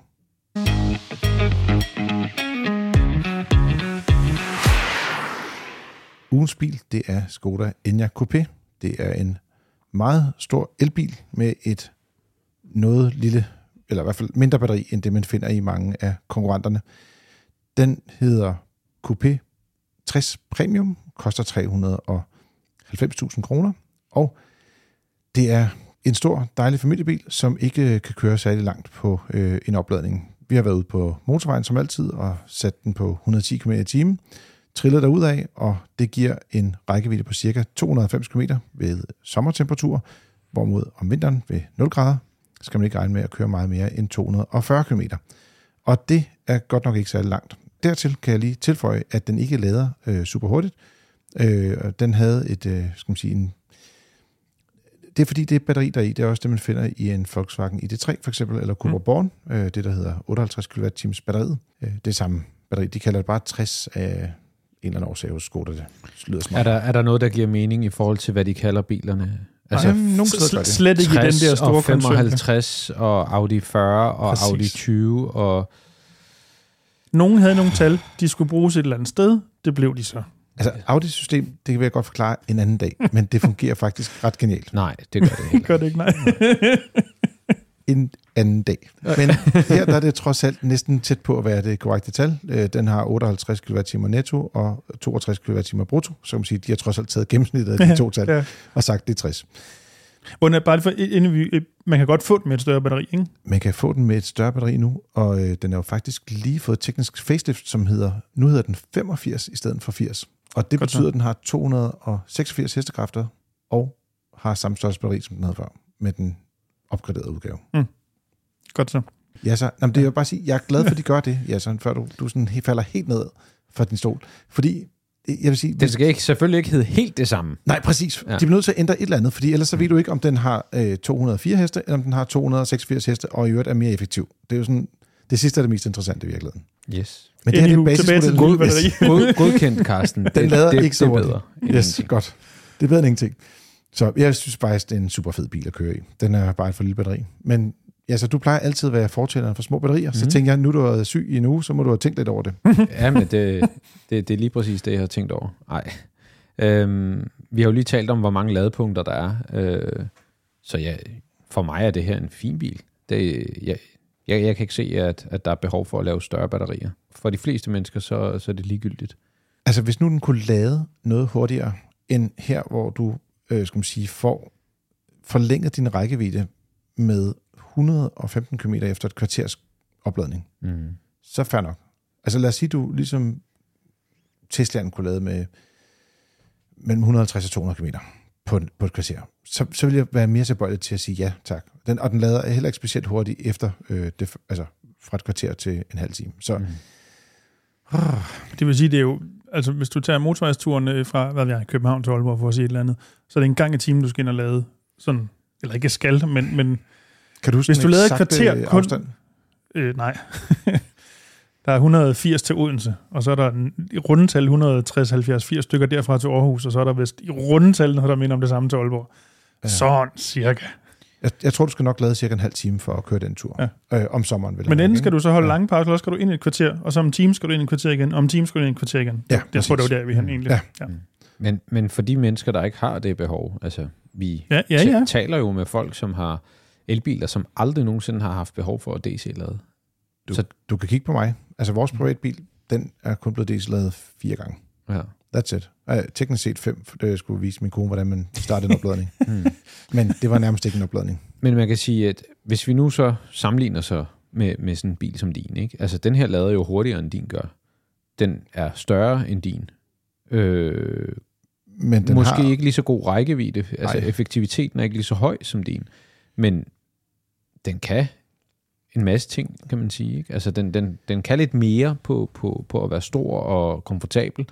Speaker 1: Ugens bil, det er Skoda Enyaq Coupé. Det er en meget stor elbil med et noget lille, eller i hvert fald mindre batteri, end det man finder i mange af konkurrenterne. Den hedder Coupé 60 Premium, koster 390.000 kroner, og det er en stor, dejlig familiebil, som ikke kan køre særlig langt på en opladning. Vi har været ude på motorvejen som altid og sat den på 110 km i timen, trillet derudad, og det giver en rækkevidde på ca. 290 km ved sommertemperatur, hvorimod om vinteren ved 0 grader skal man ikke regne med at køre meget mere end 240 km. Og det er godt nok ikke særlig langt. Dertil kan jeg lige tilføje, at den ikke lader super hurtigt. Den havde et, skal man sige, det er fordi det batteri, der er i, det er også det, man finder i en Volkswagen ID3 for eksempel, eller Cupra Born, det der hedder 58 kWh batteriet. Det er samme batteri, de kalder det bare 60 af en eller anden årsag hos Skoda, det lyder smart.
Speaker 2: Er der noget, der giver mening i forhold til, hvad de kalder bilerne? Altså,
Speaker 3: slet ikke i den der store
Speaker 2: og 55 og Audi 40 og præcis. Audi 20 og...
Speaker 3: Nogen havde nogle tal, de skulle bruges et eller andet sted, det blev de så.
Speaker 1: Altså, Audi-system, det vil jeg godt forklare en anden dag, men det fungerer faktisk ret genialt.
Speaker 2: Nej, det gør det ikke.
Speaker 3: Gør det ikke, nej.
Speaker 1: En anden dag. Men her der er det trods alt næsten tæt på at være det korrekte tal. Den har 58 kWh netto og 62 kWh brutto, så kan man sige, de har trods alt taget gennemsnittet af de to tal og sagt, det er 60.
Speaker 3: Man kan godt få den med et større batteri, ikke?
Speaker 1: Man kan få den med et større batteri nu, og den er jo faktisk lige fået teknisk facelift, som nu hedder den 85 i stedet for 80. Og det betyder, at den har 286 hestekræfter og har samme størrelse batteri, som den havde før, med den opgraderede udgave.
Speaker 3: Godt så.
Speaker 1: Ja, så. Jamen, det er jo bare at sige, jeg er glad for, at de gør det, ja, så, før du sådan falder helt ned fra din stol. Fordi, jeg vil sige...
Speaker 2: Det skal selvfølgelig ikke hedde helt det samme.
Speaker 1: Nej, præcis. Ja. De bliver nødt til at ændre et eller andet, fordi ellers så ved du ikke, om den har 204 heste, eller om den har 286 heste, og i øvrigt er mere effektiv. Det er jo sådan... Det sidste er det mest interessante i virkeligheden.
Speaker 2: Yes.
Speaker 1: Men det er det basismodel.
Speaker 2: Godkendt, Carsten.
Speaker 1: Den lader ikke så
Speaker 2: bedre.
Speaker 1: Yes, godt. Det ved jeg ingenting. Så jeg synes faktisk, det er en super fed bil at køre i. Den er bare et for lille batteri. Men ja, så du plejer altid at være fortæleren for små batterier. Så tænker jeg, nu du er syg i en uge, så må du have tænkt lidt over det.
Speaker 2: Ja, men det er lige præcis det, jeg har tænkt over. Nej. Vi har jo lige talt om, hvor mange ladepunkter der er. Så ja, for mig er det her en fin bil. Jeg kan ikke se, at der er behov for at lave større batterier. For de fleste mennesker, så er det ligegyldigt.
Speaker 1: Altså, hvis nu den kunne lade noget hurtigere, end her, hvor du får forlænget din rækkevidde med 115 km efter et kvarters opladning, så fair nok. Altså, lad os sige, du ligesom Teslaen kunne lade med mellem 150 og 200 km på et kvarter. Så vil jeg være mere tilbøjelig til at sige ja, tak. Den lader heller ikke specielt hurtigt efter fra et kvarter til en halv time. Så
Speaker 3: det vil sige, det er jo, altså hvis du tager motorvejsturen fra København til Aalborg for at sige et eller andet, så er det en gang i timen, du skal ind og lade sådan, eller ikke skal, men
Speaker 1: kan du huske,
Speaker 3: hvis du lader et kvarter kun...
Speaker 1: afstand?
Speaker 3: Nej. Der er 180 til Odense, og så er der i rundetal 160-70-80 stykker derfra til Aarhus, og så er der vist i rundetal noget, der minder om det samme til Aalborg. Ja. Sådan cirka.
Speaker 1: Jeg tror, du skal nok lade cirka en halv time for at køre den tur. Ja. Om sommeren.
Speaker 3: Men enten skal du så holde lange pauser, eller skal du ind i et kvarter, og så om en time skal du ind i et kvarter igen, og om en time skal du ind i et kvarter igen.
Speaker 1: Ja,
Speaker 3: jeg tror, det var der, vi egentlig.
Speaker 2: Ja. Men for de mennesker, der ikke har det behov, altså vi taler jo med folk, som har elbiler, som aldrig nogensinde har haft behov for at DC-lade.
Speaker 1: Du kan kigge på mig. Altså vores privatbil, den er kun blevet DC-ladet 4 gange.
Speaker 2: Ja.
Speaker 1: That's it. Teknisk set 5, for jeg skulle vise min kone, hvordan man startede en opladning. Men det var nærmest ikke en opladning.
Speaker 2: Men man kan sige, at hvis vi nu så sammenligner så med sådan en bil som din, ikke? Altså den her lader jo hurtigere, end din gør. Den er større end din. Men den måske ikke lige så god rækkevidde. Altså effektiviteten er ikke lige så høj som din. Men den kan en masse ting, kan man sige. Ikke? Altså den kan lidt mere på at være stor og komfortabel.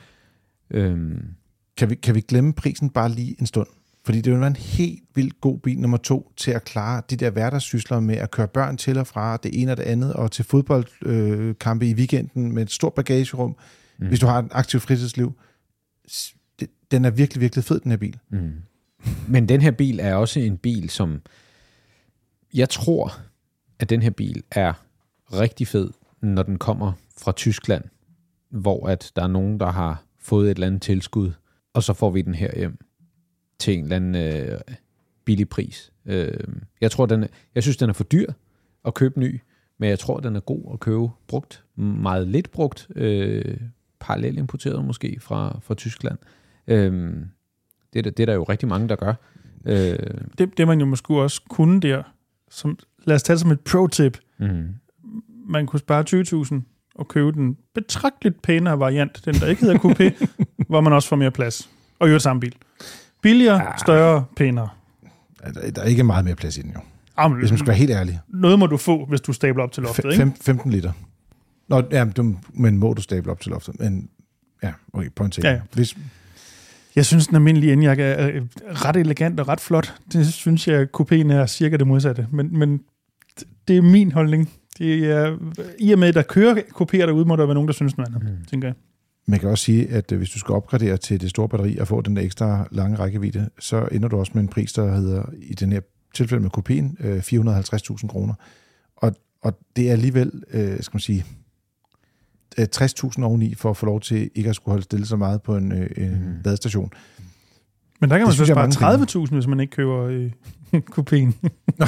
Speaker 1: Kan vi glemme prisen bare lige en stund? Fordi det vil være en helt vildt god bil nummer 2 til at klare de der hverdagssysler med at køre børn til og fra det ene og det andet, og til fodboldkampe i weekenden med et stort bagagerum, hvis du har et aktivt fritidsliv. Den er virkelig, virkelig fed, den her bil.
Speaker 2: Men den her bil er også en bil, som jeg tror, at den her bil er rigtig fed, når den kommer fra Tyskland, hvor at der er nogen, der har fået et eller andet tilskud, og så får vi den her hjem til en eller anden billig pris. Jeg synes, den er for dyr at købe ny, men jeg tror, den er god at købe brugt, meget lidt brugt, parallelt importeret måske fra Tyskland. Det er der jo rigtig mange, der gør.
Speaker 3: Det man jo måske også kunne der, lad os tage det som et pro-tip. Man kunne spare 20.000 og købe den betragteligt pænere variant, den der ikke hedder coupé, hvor man også får mere plads. Og jo samme bil. Billigere, større, pænere.
Speaker 1: Der er ikke meget mere plads i den jo. Hvis man skal være helt ærlig.
Speaker 3: Noget må du få, hvis du stabler op til loftet, ikke?
Speaker 1: 15 liter. Nå, ja, men må du stable op til loftet. Men ja, okay, point til.
Speaker 3: Ja. Jeg synes, den almindelige Enyaq er ret elegant og ret flot. Det synes jeg, coupéen er cirka det modsatte. Men det er min holdning. Det er, i og med, der kører coupéer derude, må der være nogen, der synes noget andet, tænker jeg. Man
Speaker 1: kan også sige, at hvis du skal opgradere til det store batteri og få den der ekstra lange rækkevidde, så ender du også med en pris, der hedder, i den her tilfælde med coupéen, 450.000 kroner. Og det er alligevel, skal man sige, 60.000 oveni for at få lov til ikke at skulle holde stille så meget på en ladestation.
Speaker 3: Men der kan man så spare 30.000, hvis man ikke køber coupéen.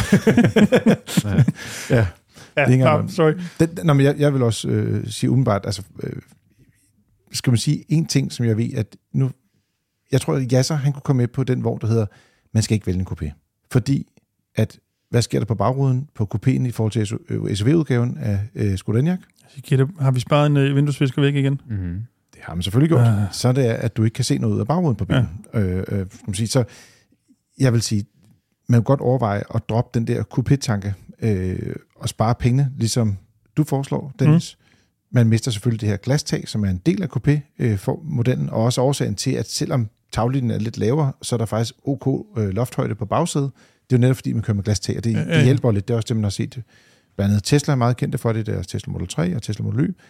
Speaker 1: Ja.
Speaker 3: Sorry.
Speaker 1: Men jeg vil også sige umiddelbart, altså, skal man sige en ting, som jeg ved, at nu, jeg tror, at Yasser, han kunne komme med på den vogn, der hedder, man skal ikke vælge en coupé. Fordi, at, hvad sker der på bagruden på coupéen i forhold til SUV-udgaven af Skoda Enyaq?
Speaker 3: Har vi sparet en vinduesvisker væk igen?
Speaker 1: Det har man selvfølgelig gjort. Så er det, at du ikke kan se noget ud af bagruden på bilen. Skal man sige. Så jeg vil sige, man kan godt overveje at droppe den der coupé-tanke og spare penge, ligesom du foreslår, Dennis. Man mister selvfølgelig det her glastag, som er en del af coupé-modellen, og også årsagen til, at selvom taglinjen er lidt lavere, så er der faktisk OK lofthøjde på bagsædet. Det er jo netop, fordi man kører med glastag, og det hjælper lidt. Det er også det, man har set. Blandt andet Tesla er meget kendte for det, der er Tesla Model 3 og Tesla Model Y.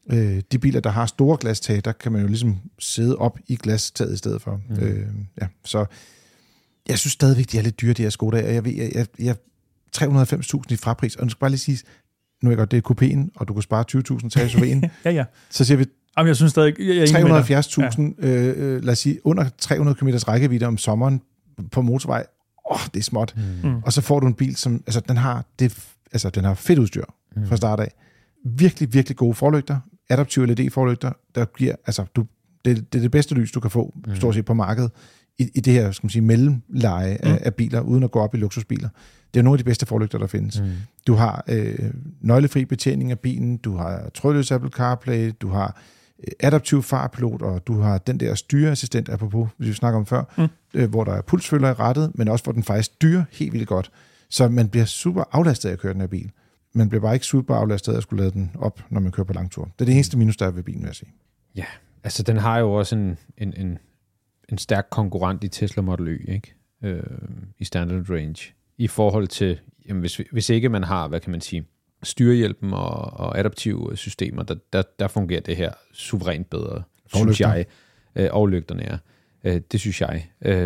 Speaker 1: De biler, der har store glastag, der kan man jo ligesom sidde op i glastaget i stedet for. Så jeg synes stadigvæk, de er lidt dyre, de her Skoda. Jeg 390.000 i frapris, og nu skal bare lige sige, nu er jeg godt, det er kupéen, og du kan spare 20.000 til SUV'en.
Speaker 3: ja.
Speaker 1: Så siger vi,
Speaker 3: jamen, jeg synes stadig,
Speaker 1: 370.000, lad os sige, under 300 km rækkevidde om sommeren på motorvej. Det er småt. Og så får du en bil, som, altså, den har fedt udstyr fra start af. Virkelig, virkelig gode forlygter. Adaptive LED-forlygter, der giver, altså, det er det bedste lys, du kan få, stort set på markedet, i det her, skal man sige, mellemleje af biler, uden at gå op i luksusbiler. Det er nogle af de bedste forlygter, der findes. Du har nøglefri betjening af bilen, du har trådløs Apple CarPlay, du har adaptiv fartpilot, og du har den der styreassistent, apropos, hvis vi snakker om før, hvor der er pulsfølger i rattet, men også hvor den faktisk styrer helt vildt godt. Så man bliver super aflastet af at køre den her bil. Man bliver bare ikke super aflastet af at skulle lade den op, når man kører på langtur. Det er det eneste minus, der er ved bilen, vil jeg sige. Ja,
Speaker 2: altså den har jo også en stærk konkurrent i Tesla Model Y, ikke? I standard range. I forhold til, jamen hvis ikke man har, hvad kan man sige, styrehjælpen og adaptive systemer, der fungerer det her suverænt bedre, synes jeg. Og lygterne er. Det synes jeg.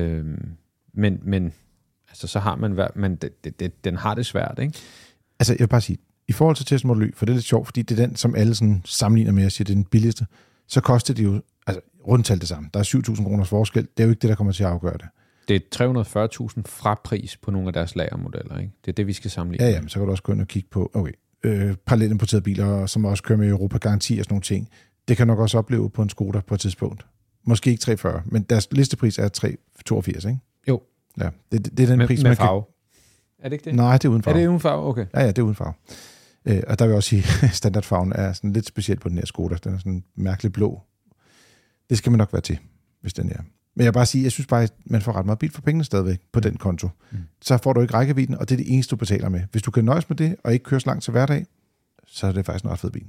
Speaker 2: Men altså, så har man den har det svært, ikke?
Speaker 1: Altså, jeg vil bare sige, i forhold til Tesla Model Y, for det er lidt sjovt, fordi det er den, som alle sådan sammenligner med at sige, det er den billigste, så koster det jo, altså rundt tal det samme. Der er 7.000 kroners forskel. Det er jo ikke det, der kommer til at afgøre det.
Speaker 2: Det er 340.000 fra pris på nogle af deres lagermodeller, ikke? Det er det, vi skal sammenligne.
Speaker 1: Ja, men så kan du også gå ind og kigge på, parallelt importerede biler, som også kører med Europa-garanti og sådan nogle ting. Det kan nok også opleve på en Skoda på et tidspunkt. Måske ikke 340, men deres listepris er 382, ikke?
Speaker 2: Jo.
Speaker 1: Ja, det er den pris,
Speaker 2: med farve. Er det ikke det?
Speaker 1: Nej, det er uden farve.
Speaker 2: Er det uden farve? Okay.
Speaker 1: Ja, det er uden farve. Og der vil jeg også sige, at standardfarven er sådan lidt speciel på den her Skoda. Den er sådan mærkelig blå. Det skal man nok være til, hvis den er. Men jeg vil bare sige, jeg synes bare, at man får ret meget bil for pengene stadigvæk på den konto. Så får du ikke rækkevidden, og det er det eneste, du betaler med. Hvis du kan nøjes med det, og ikke køres langt til hverdag, så er det faktisk en ret fed bil.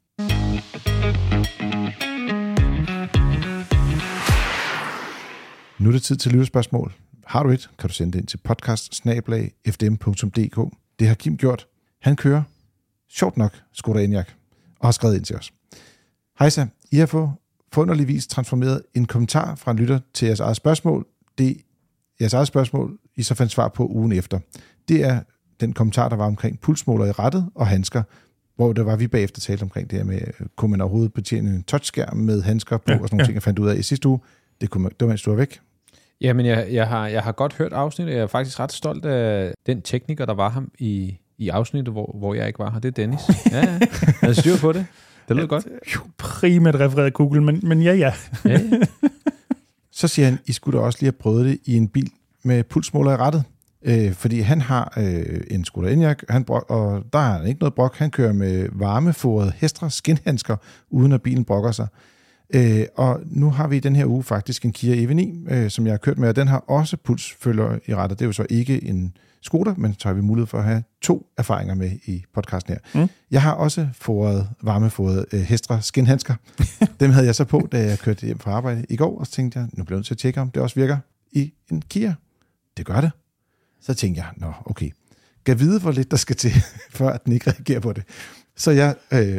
Speaker 1: Nu er det tid til lytterspørgsmål. Har du et, kan du sende det ind til podcast@fdm.dk. Det har Kim gjort. Han kører, sjovt nok, Skoda Enyaq, og har skrevet ind til os. Hejsa, I har forunderligvis transformeret en kommentar fra en lytter til jeres eget spørgsmål. Det er jeres eget spørgsmål, I så fandt svar på ugen efter. Det er den kommentar, der var omkring pulsmåler i rattet og handsker, hvor der var vi bagefter talt omkring det her med, kunne man overhovedet betjene en touchskærm med handsker på, og sådan nogle ting, jeg fandt ud af i sidste uge. Det var, mens du var væk.
Speaker 2: Jamen, jeg har godt hørt afsnittet. Jeg er faktisk ret stolt af den tekniker, der var ham i afsnittet, hvor jeg ikke var her. Det er Dennis. Ja. Jeg havde styr på det. Det lød godt.
Speaker 3: Primært refereret Google, men ja.
Speaker 1: Så siger han, I skulle da også lige have prøvet det i en bil med pulsmåler i rattet. Fordi han har en Skoda Enyaq, og der har han ikke noget brok. Han kører med varmefodrede Hestra skinhandsker, uden at bilen brokker sig. Og nu har vi i den her uge faktisk en Kia EV9, som jeg har kørt med, og den har også pulsfølger i rattet. Det er jo så ikke en Skoda, men så har vi mulighed for at have 2 erfaringer med i podcasten her. Jeg har også varmefodrede Hestra skinhandsker. Dem havde jeg så på, da jeg kørte hjem fra arbejde i går, og så tænkte jeg, nu bliver jeg nødt til at tjekke, om det også virker i en Kia. Det gør det. Så tænkte jeg, okay, kan vide, hvor lidt der skal til, før at den ikke reagerer på det. Så jeg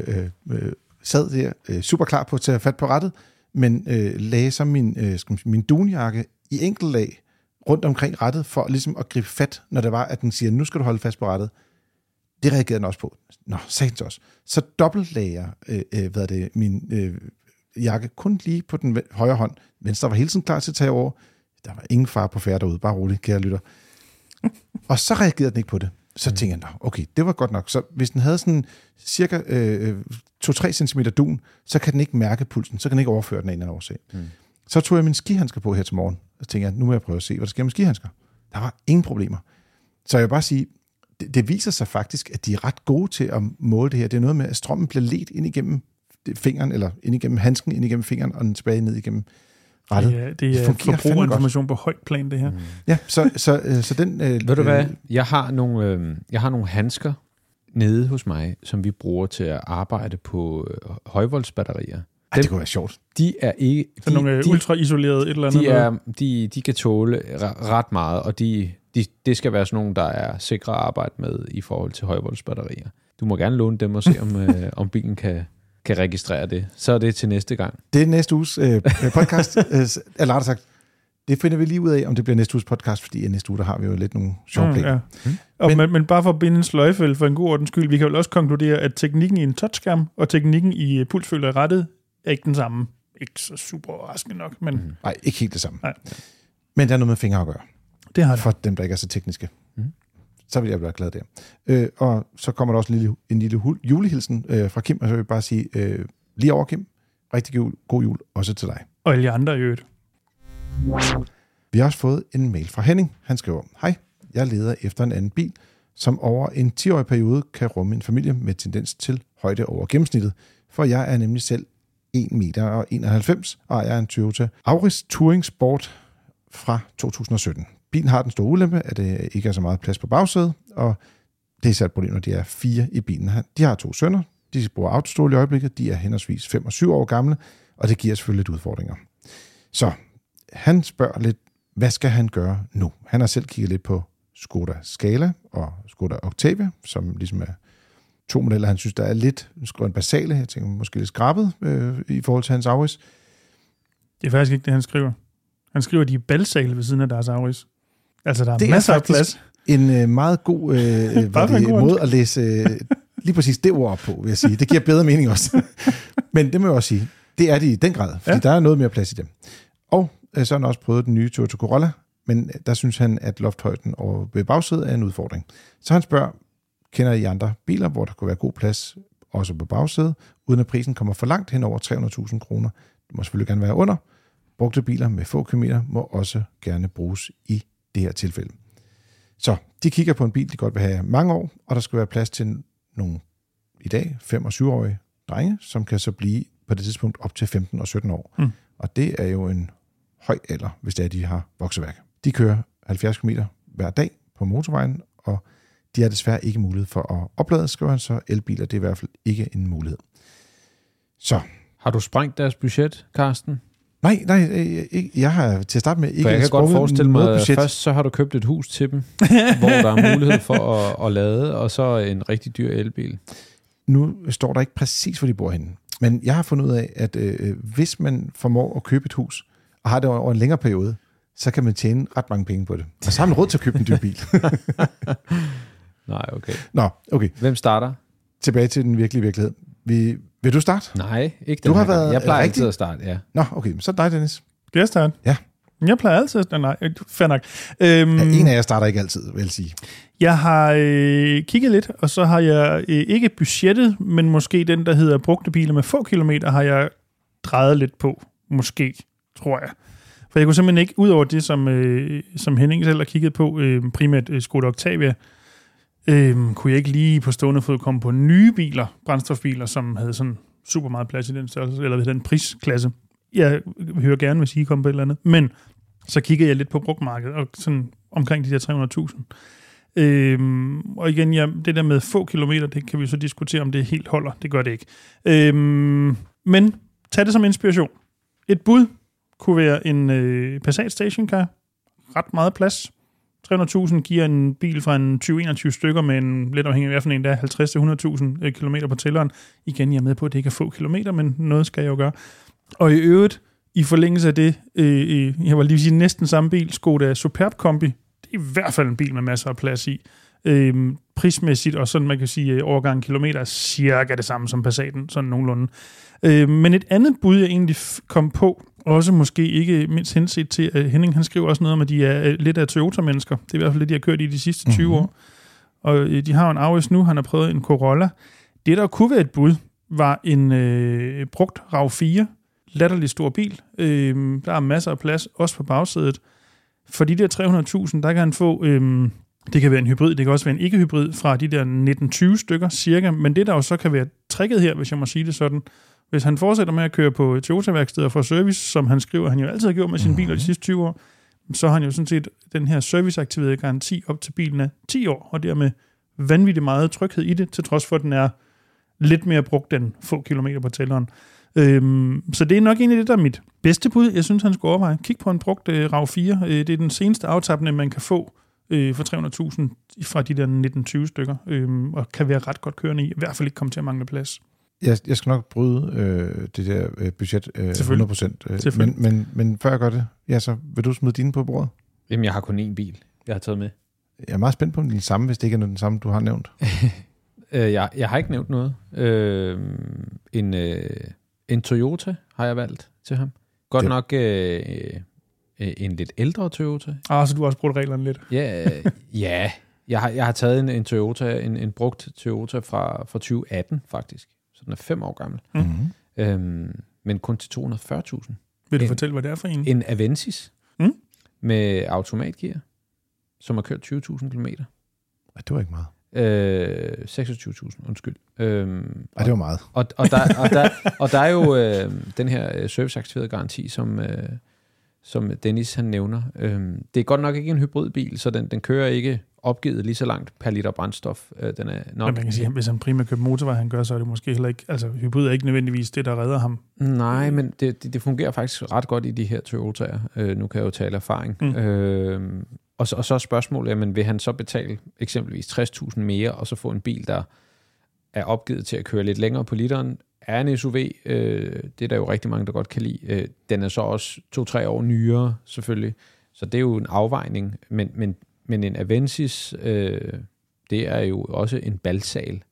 Speaker 1: sad der super klar på at tage fat på rattet, men lagde så min dunjakke i enkelt lag rundt omkring rattet, for ligesom at gribe fat, når det var, at den siger, nu skal du holde fast på rattet. Det reagerede den også på. Sagde den også. Så dobbelt lagde jeg min jakke kun lige på den højre hånd. Venstre var hele tiden klar til at tage over. Der var ingen fare på færd derude, bare roligt, kære lytter. Og så reagerede den ikke på det. Så tænkte jeg, okay, det var godt nok. Så hvis den havde sådan cirka 2-3 cm dun, så kan den ikke mærke pulsen, så kan den ikke overføre den af en eller anden årsag. Så tog jeg min skihandsker på her til morgen, og tænkte jeg, nu må jeg prøve at se, hvad der sker med skihandsker. Der var ingen problemer. Så jeg vil bare sige, det viser sig faktisk, at de er ret gode til at måle det her. Det er noget med, at strømmen bliver ledt ind igennem fingeren, eller ind igennem handsken, ind igennem fingeren, og den tilbage ned igennem rattet.
Speaker 3: Ja, det er forbrugerinformation på højt plan, det her.
Speaker 1: Ja, så den...
Speaker 2: Ved du hvad? Jeg har nogle handsker nede hos mig, som vi bruger til at arbejde på højvoltsbatterier.
Speaker 1: Det kunne være sjovt.
Speaker 2: De er ikke...
Speaker 3: Så nogle ultraisolerede et eller andet?
Speaker 2: De kan tåle ret meget, og det skal være sådan nogle, der er sikre at arbejde med i forhold til højvoltsbatterier. Du må gerne låne dem og se, om bilen kan kan registrere det, så er det til næste gang.
Speaker 1: Det er næste uges podcast. Eller rettere sagt, det finder vi lige ud af, om det bliver næste uges podcast, fordi i næste uge, der har vi jo lidt nogle sjove planer.
Speaker 3: Ja. Men bare for at binde en sløjfe for en god ordens skyld, vi kan jo også konkludere, at teknikken i en touchskærm og teknikken i pulsfølger i rattet er ikke den samme. Ikke så super overraskende nok, men...
Speaker 1: Nej, ikke helt det samme.
Speaker 3: Nej.
Speaker 1: Men der er noget med fingre at gøre.
Speaker 3: Det har det.
Speaker 1: For dem, der ikke er så tekniske. Så vil jeg være glad der. Og så kommer der også en lille julehilsen fra Kim, og så vil jeg bare sige, lige over Kim, rigtig god jul, også til dig.
Speaker 3: Og alle andre i øvrigt.
Speaker 1: Vi har også fået en mail fra Henning. Han skriver, hej, jeg leder efter en anden bil, som over en 10-årig periode kan rumme en familie med tendens til højde over gennemsnittet, for jeg er nemlig selv 1,91 meter og ejer en Toyota Auris Touring Sport fra 2017. Bilen har den store ulempe, at det ikke er så meget plads på bagsædet, og det er især et problem, når de er 4 i bilen. De har 2 sønner, de bruger autostol i øjeblikket, de er henholdsvis 5 og 7 år gamle, og det giver selvfølgelig lidt udfordringer. Så han spørger lidt, hvad skal han gøre nu? Han har selv kigget lidt på Skoda Scala og Skoda Octavia, som ligesom er 2 modeller, han synes, der er lidt, en basale, jeg tænker måske lidt skrabet i forhold til hans Auris.
Speaker 3: Det er faktisk ikke det, han skriver. Han skriver, at de er balsale ved siden af deres Auris. Altså, der er
Speaker 1: det
Speaker 3: masser af plads.
Speaker 1: En meget god måde at læse lige præcis det ord op på, vil jeg sige. Det giver bedre mening også. Men det må jeg også sige, det er de i den grad, fordi der er noget mere plads i dem. Og så har han også prøvet den nye Toyota Corolla, men der synes han, at lofthøjden over ved bagsædet er en udfordring. Så han spørger, kender I andre biler, hvor der kunne være god plads, også på bagsædet, uden at prisen kommer for langt hen over 300.000 kroner. Det må selvfølgelig gerne være under. Brugte biler med få kilometer må også gerne bruges i det her tilfælde. Så de kigger på en bil, de godt vil have mange år, og der skal være plads til nogle i dag 5- og 7-årige drenge, som kan så blive på det tidspunkt op til 15 og 17 år. Og det er jo en høj alder, hvis det er, de har vokseværk. De kører 70 km hver dag på motorvejen, og de har desværre ikke mulighed for at oplade, skriver han, så elbiler, det er i hvert fald ikke en mulighed. Så.
Speaker 2: Har du sprængt deres budget, Carsten?
Speaker 1: Nej, jeg har til at starte med ikke.
Speaker 2: For jeg kan godt forestille mig, at først så har du købt et hus til dem, hvor der er mulighed for at lade, og så en rigtig dyr elbil.
Speaker 1: Nu står der ikke præcis, hvor de bor henne. Men jeg har fundet ud af, at hvis man formår at købe et hus, og har det over en længere periode, så kan man tjene ret mange penge på det. Og så har man råd til at købe en dyr bil.
Speaker 2: Nej, okay.
Speaker 1: Nå, okay.
Speaker 2: Hvem starter?
Speaker 1: Tilbage til den virkelige virkelighed. Vil du starte?
Speaker 2: Nej, ikke
Speaker 1: du har været
Speaker 2: jeg plejer altid at starte, ja.
Speaker 1: Nå, okay. Så dig, Dennis.
Speaker 3: Skal jeg starte?
Speaker 1: Ja.
Speaker 3: Jeg plejer altid at starte. Nej, fair nok.
Speaker 1: En af jer starter ikke altid, vil jeg sige.
Speaker 3: Jeg har kigget lidt, og så har jeg ikke budgettet, men måske den, der hedder brugte biler med få kilometer, har jeg drejet lidt på. Måske, tror jeg. For jeg kunne simpelthen ikke, ud over det, som Henning selv har kigget på, primært Skoda Octavia, kunne jeg ikke lige på stående fod komme på nye biler, brændstofbiler, som havde sådan super meget plads i den størrelse, eller ved den prisklasse. Jeg hører gerne, hvis I kommer på et eller andet. Men så kiggede jeg lidt på brugtmarkedet, og sådan omkring de der 300.000. Og igen, ja, det der med få kilometer, det kan vi så diskutere, om det helt holder. Det gør det ikke. Men tag det som inspiration. Et bud kunne være en Passat stationcar. Ret meget plads. 300.000 giver en bil fra en 20-21 stykker med en lidt afhængig af hvilken en, der er 50-100.000 kilometer på tælleren. Igen, jeg er med på, at det ikke er få kilometer, men noget skal jeg jo gøre. Og i øvrigt, i forlængelse af det, jeg var lige sige næsten samme bil, Skoda Superb Kombi. Det er i hvert fald en bil med masser af plads i. Prismæssigt, og sådan man kan sige, overgang kilometer er cirka det samme som Passaten, sådan nogenlunde. Men et andet bud, jeg egentlig kom på, også måske ikke mindst henset til, at Henning han skriver også noget om, at de er lidt af Toyota-mennesker. Det er i hvert fald det, de har kørt i de sidste 20 år. Og de har en Auris nu, han har prøvet en Corolla. Det, der kunne være et bud, var en brugt RAV4, latterlig stor bil. Der er masser af plads, også på bagsædet. For de der 300.000, der kan han få, det kan være en hybrid, det kan også være en ikke-hybrid, fra de der 19-20 stykker cirka. Men det, der jo så kan være tricket her, hvis jeg må sige det sådan, hvis han fortsætter med at køre på Toyota-værksteder for service, som han skriver, han jo altid har gjort med sine biler de sidste 20 år, så har han jo sådan set den her serviceaktiverede garanti op til bilen af 10 år, og dermed vanvittigt meget tryghed i det, til trods for, at den er lidt mere brugt end få kilometer på tælleren. Så det er nok egentlig det, der er mit bedste bud. Jeg synes, han skulle overveje. Kig på en brugt RAV4. Det er den seneste aftapning, man kan få for 300.000 fra de der 19-20 stykker, og kan være ret godt kørende i hvert fald ikke komme til at mangle plads.
Speaker 1: Jeg skal nok bryde det der budget 100%. Men før jeg gør det, så vil du smide dine på bordet?
Speaker 2: Jamen, jeg har kun én bil, jeg har taget med.
Speaker 1: Jeg er meget spændt på den samme, hvis det ikke er den samme, du har nævnt.
Speaker 2: Jeg har ikke nævnt noget. En Toyota har jeg valgt til ham. Godt nok en lidt ældre Toyota.
Speaker 3: Så du har også brugt reglerne lidt.
Speaker 2: Ja. Jeg har taget en Toyota, en brugt Toyota fra 2018 faktisk. Så den er 5 år gammel. Men kun til 240.000.
Speaker 3: Vil du fortælle, hvad det er for en?
Speaker 2: En Avensis med automatgear, som har kørt 20.000 km.
Speaker 1: Det var ikke meget.
Speaker 2: 26.000, undskyld.
Speaker 1: Det var meget.
Speaker 2: Og der er jo den her serviceaktiverede garanti, som Dennis han nævner. Det er godt nok ikke en hybridbil, så den kører ikke opgivet lige så langt per liter brændstof. Den er nok.
Speaker 3: Man kan sige, at hvis han primært køber motorvej, han gør, så er det måske heller ikke, altså hybrid er ikke nødvendigvis det, der redder ham.
Speaker 2: Nej, men det fungerer faktisk ret godt i de her Toyota'er. Nu kan jeg jo tale erfaring. Og så er spørgsmålet, jamen, vil han så betale eksempelvis 60.000 mere, og så få en bil, der er opgivet til at køre lidt længere på literen? Er en SUV, det er der jo rigtig mange, der godt kan lide. Den er så også 2-3 år nyere, selvfølgelig. Så det er jo en afvejning. Men en Avensis, det er jo også en balsal.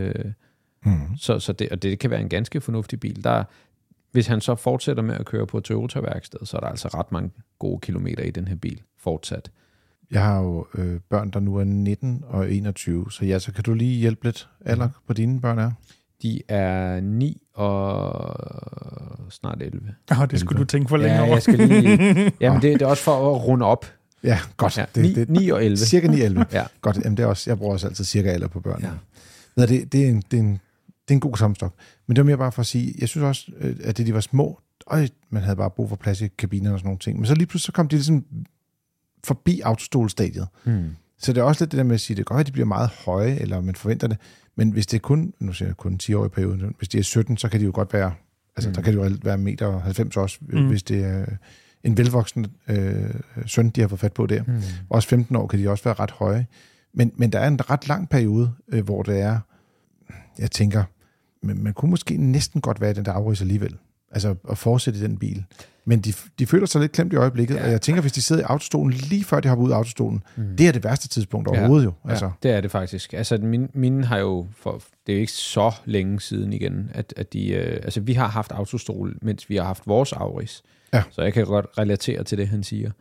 Speaker 2: Så det kan være en ganske fornuftig bil. Hvis han så fortsætter med at køre på Toyota-værksted, så er der altså ret mange gode kilometer i den her bil fortsat.
Speaker 1: Jeg har jo børn, der nu er 19 og 21, så kan du lige hjælpe lidt alder på dine børn er?
Speaker 2: De er 9 og snart 11.
Speaker 3: Det skulle du tænke for længere over.
Speaker 2: Jeg skal lige. Jamen det er også for at runde op.
Speaker 1: Ja, godt.
Speaker 2: Ja, 9 og 11.
Speaker 1: Cirka 9-11.
Speaker 2: Ja.
Speaker 1: Godt, jamen det er også, jeg bruger også altid cirka alder på børn. Ja. Det er en god samstok. Men det var mere bare for at sige, jeg synes også, at de var små, man havde bare brug for plads i kabinerne og sådan nogle ting. Men så lige pludselig så kom de ligesom forbi autostolstadiet. Så det er også lidt det der med at sige, det kan godt være, at de bliver meget høje, eller man forventer det, men hvis det er nu siger jeg kun 10 år i perioden, hvis de er 17, så kan de jo godt være, der kan det jo være 1,90 meter også, hvis det er en velvoksen søn, de har fået fat på der. Også 15 år kan de også være ret høje. Men der er en ret lang periode, hvor det er, jeg tænker, man kunne måske næsten godt være den der afryds alligevel. Altså at fortsætte i den bil. Men de føler sig lidt klemt i øjeblikket, og jeg tænker, hvis de sidder i autostolen lige før de hopper ud af autostolen, det er det værste tidspunkt overhovedet jo. Altså.
Speaker 2: Ja, det er det faktisk. Altså mine har jo, det er jo ikke så længe siden igen, at de, vi har haft autostol, mens vi har haft vores afrids. Ja. Så jeg kan godt relatere til det, han siger.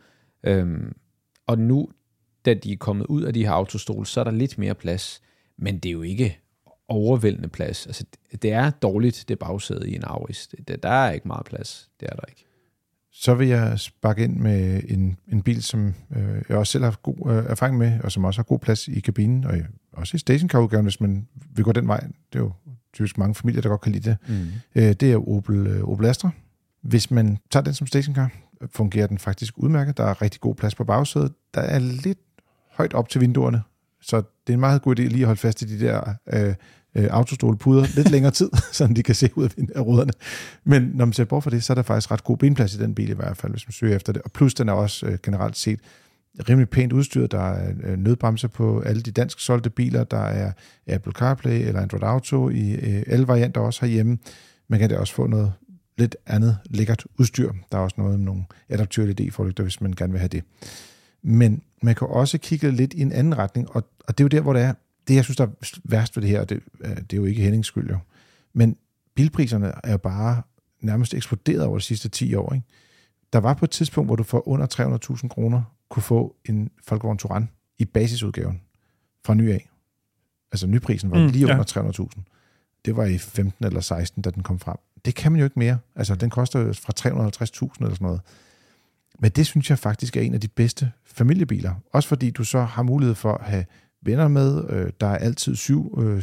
Speaker 2: Og nu, da de er kommet ud af de her autostol, så er der lidt mere plads, men det er jo ikke overvældende plads. Altså, det er dårligt, det bagsæde i en afrids. Der er ikke meget plads. Det er der ikke.
Speaker 1: Så vil jeg sparke ind med en bil, som jeg også selv har haft god erfaring med, og som også har god plads i kabinen, og også i stationcar-udgaven, hvis man vil gå den vej. Det er jo typisk mange familier, der godt kan lide det. Det er Opel Astra. Hvis man tager den som stationcar, fungerer den faktisk udmærket. Der er rigtig god plads på bagsædet. Der er lidt højt op til vinduerne, så det er en meget god idé lige at holde fast i de der autostolpuder lidt længere tid, så de kan se ud af ruderne. Men når man ser bort for det, så er der faktisk ret god benplads i den bil i hvert fald, hvis man søger efter det. Og plus den er også generelt set rimelig pænt udstyret. Der er nødbremser på alle de dansk solgte biler. Der er Apple CarPlay eller Android Auto i alle varianter også herhjemme. Man kan da også få noget lidt andet lækkert udstyr. Der er også noget med nogle adaptive LED-forlygter, hvis man gerne vil have det. Men man kan også kigge lidt i en anden retning, og det er jo der, hvor det er. Det, jeg synes, der er værst ved det her, det er jo ikke Hennings skyld, jo. Men bilpriserne er jo bare nærmest eksploderet over de sidste 10 år. Ikke? Der var på et tidspunkt, hvor du for under 300.000 kroner kunne få en Volkswagen Touran i basisudgaven fra ny af. Altså nyprisen var lige under 300.000. Det var i 15 eller 16, da den kom frem. Det kan man jo ikke mere. Altså, den koster jo fra 350.000 eller sådan noget. Men det synes jeg faktisk er en af de bedste familiebiler. Også fordi du så har mulighed for at have venner med. Der er altid 7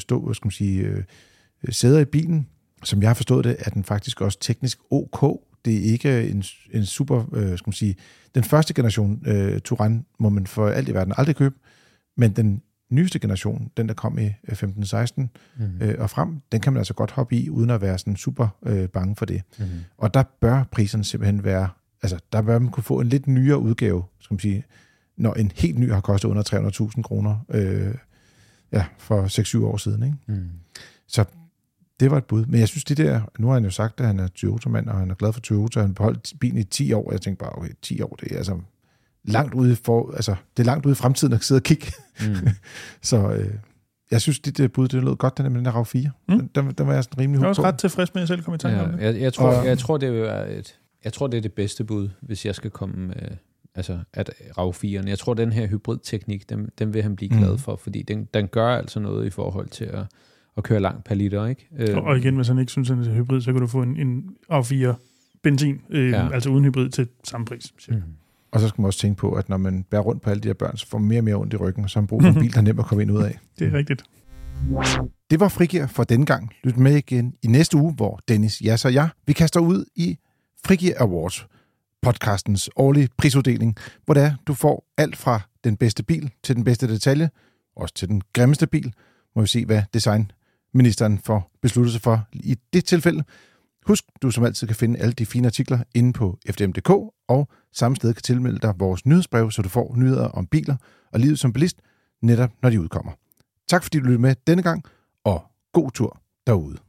Speaker 1: sæder i bilen. Som jeg har forstået det, er den faktisk også teknisk OK. Det er ikke en super, den første generation Touran må man for alt i verden aldrig købe. Men den nyeste generation, den der kom i 15-16 og frem, den kan man altså godt hoppe i, uden at være sådan super bange for det. Og der bør priserne simpelthen være, altså der bør man kunne få en lidt nyere udgave, når en helt ny har kostet under 300.000 kroner for 6-7 år siden. Ikke? Så Det var et bud. Men jeg synes, nu har han jo sagt, at han er Toyota-mand, og han er glad for Toyota, og han beholdt bilen i 10 år. Jeg tænkte bare, okay, 10 år, det er altså langt ude det er langt ude i fremtiden at sidde og kigge. Så jeg synes, dit bud, det lød godt, den der RAV4. Den var jeg sådan rimelig
Speaker 3: Jeg er også ret tilfreds med, at jeg selv kom i tanke om det.
Speaker 2: Jeg tror, det vil være jeg tror, det er det bedste bud, hvis jeg skal komme at RAV4'eren. Jeg tror, den her hybridteknik, den vil han blive glad for, fordi den gør altså noget i forhold til at køre langt per liter, ikke?
Speaker 3: Og igen, hvis han ikke synes, at det er hybrid, så kan du få en RAV4 benzin, altså uden hybrid til samme pris.
Speaker 1: Og så skal man også tænke på, at når man bærer rundt på alle de her børn, så får man mere og mere ondt i ryggen, og så har man brug for en bil, der er nem at komme ind ud af.
Speaker 3: Det er rigtigt.
Speaker 1: Det var Frigir for denne gang. Lyt med igen i næste uge, hvor Dennis, Jas og jeg, vi kaster ud i Frigir Awards, podcastens årlige prisuddeling, hvor der du får alt fra den bedste bil til den bedste detalje, også til den grimmeste bil. Må vi se, hvad designministeren får besluttet sig for i det tilfælde. Husk, du som altid kan finde alle de fine artikler inde på fdm.dk, og samme sted kan tilmelde dig vores nyhedsbrev, så du får nyheder om biler og livet som bilist, netop når de udkommer. Tak fordi du lyttede med denne gang, og god tur derude.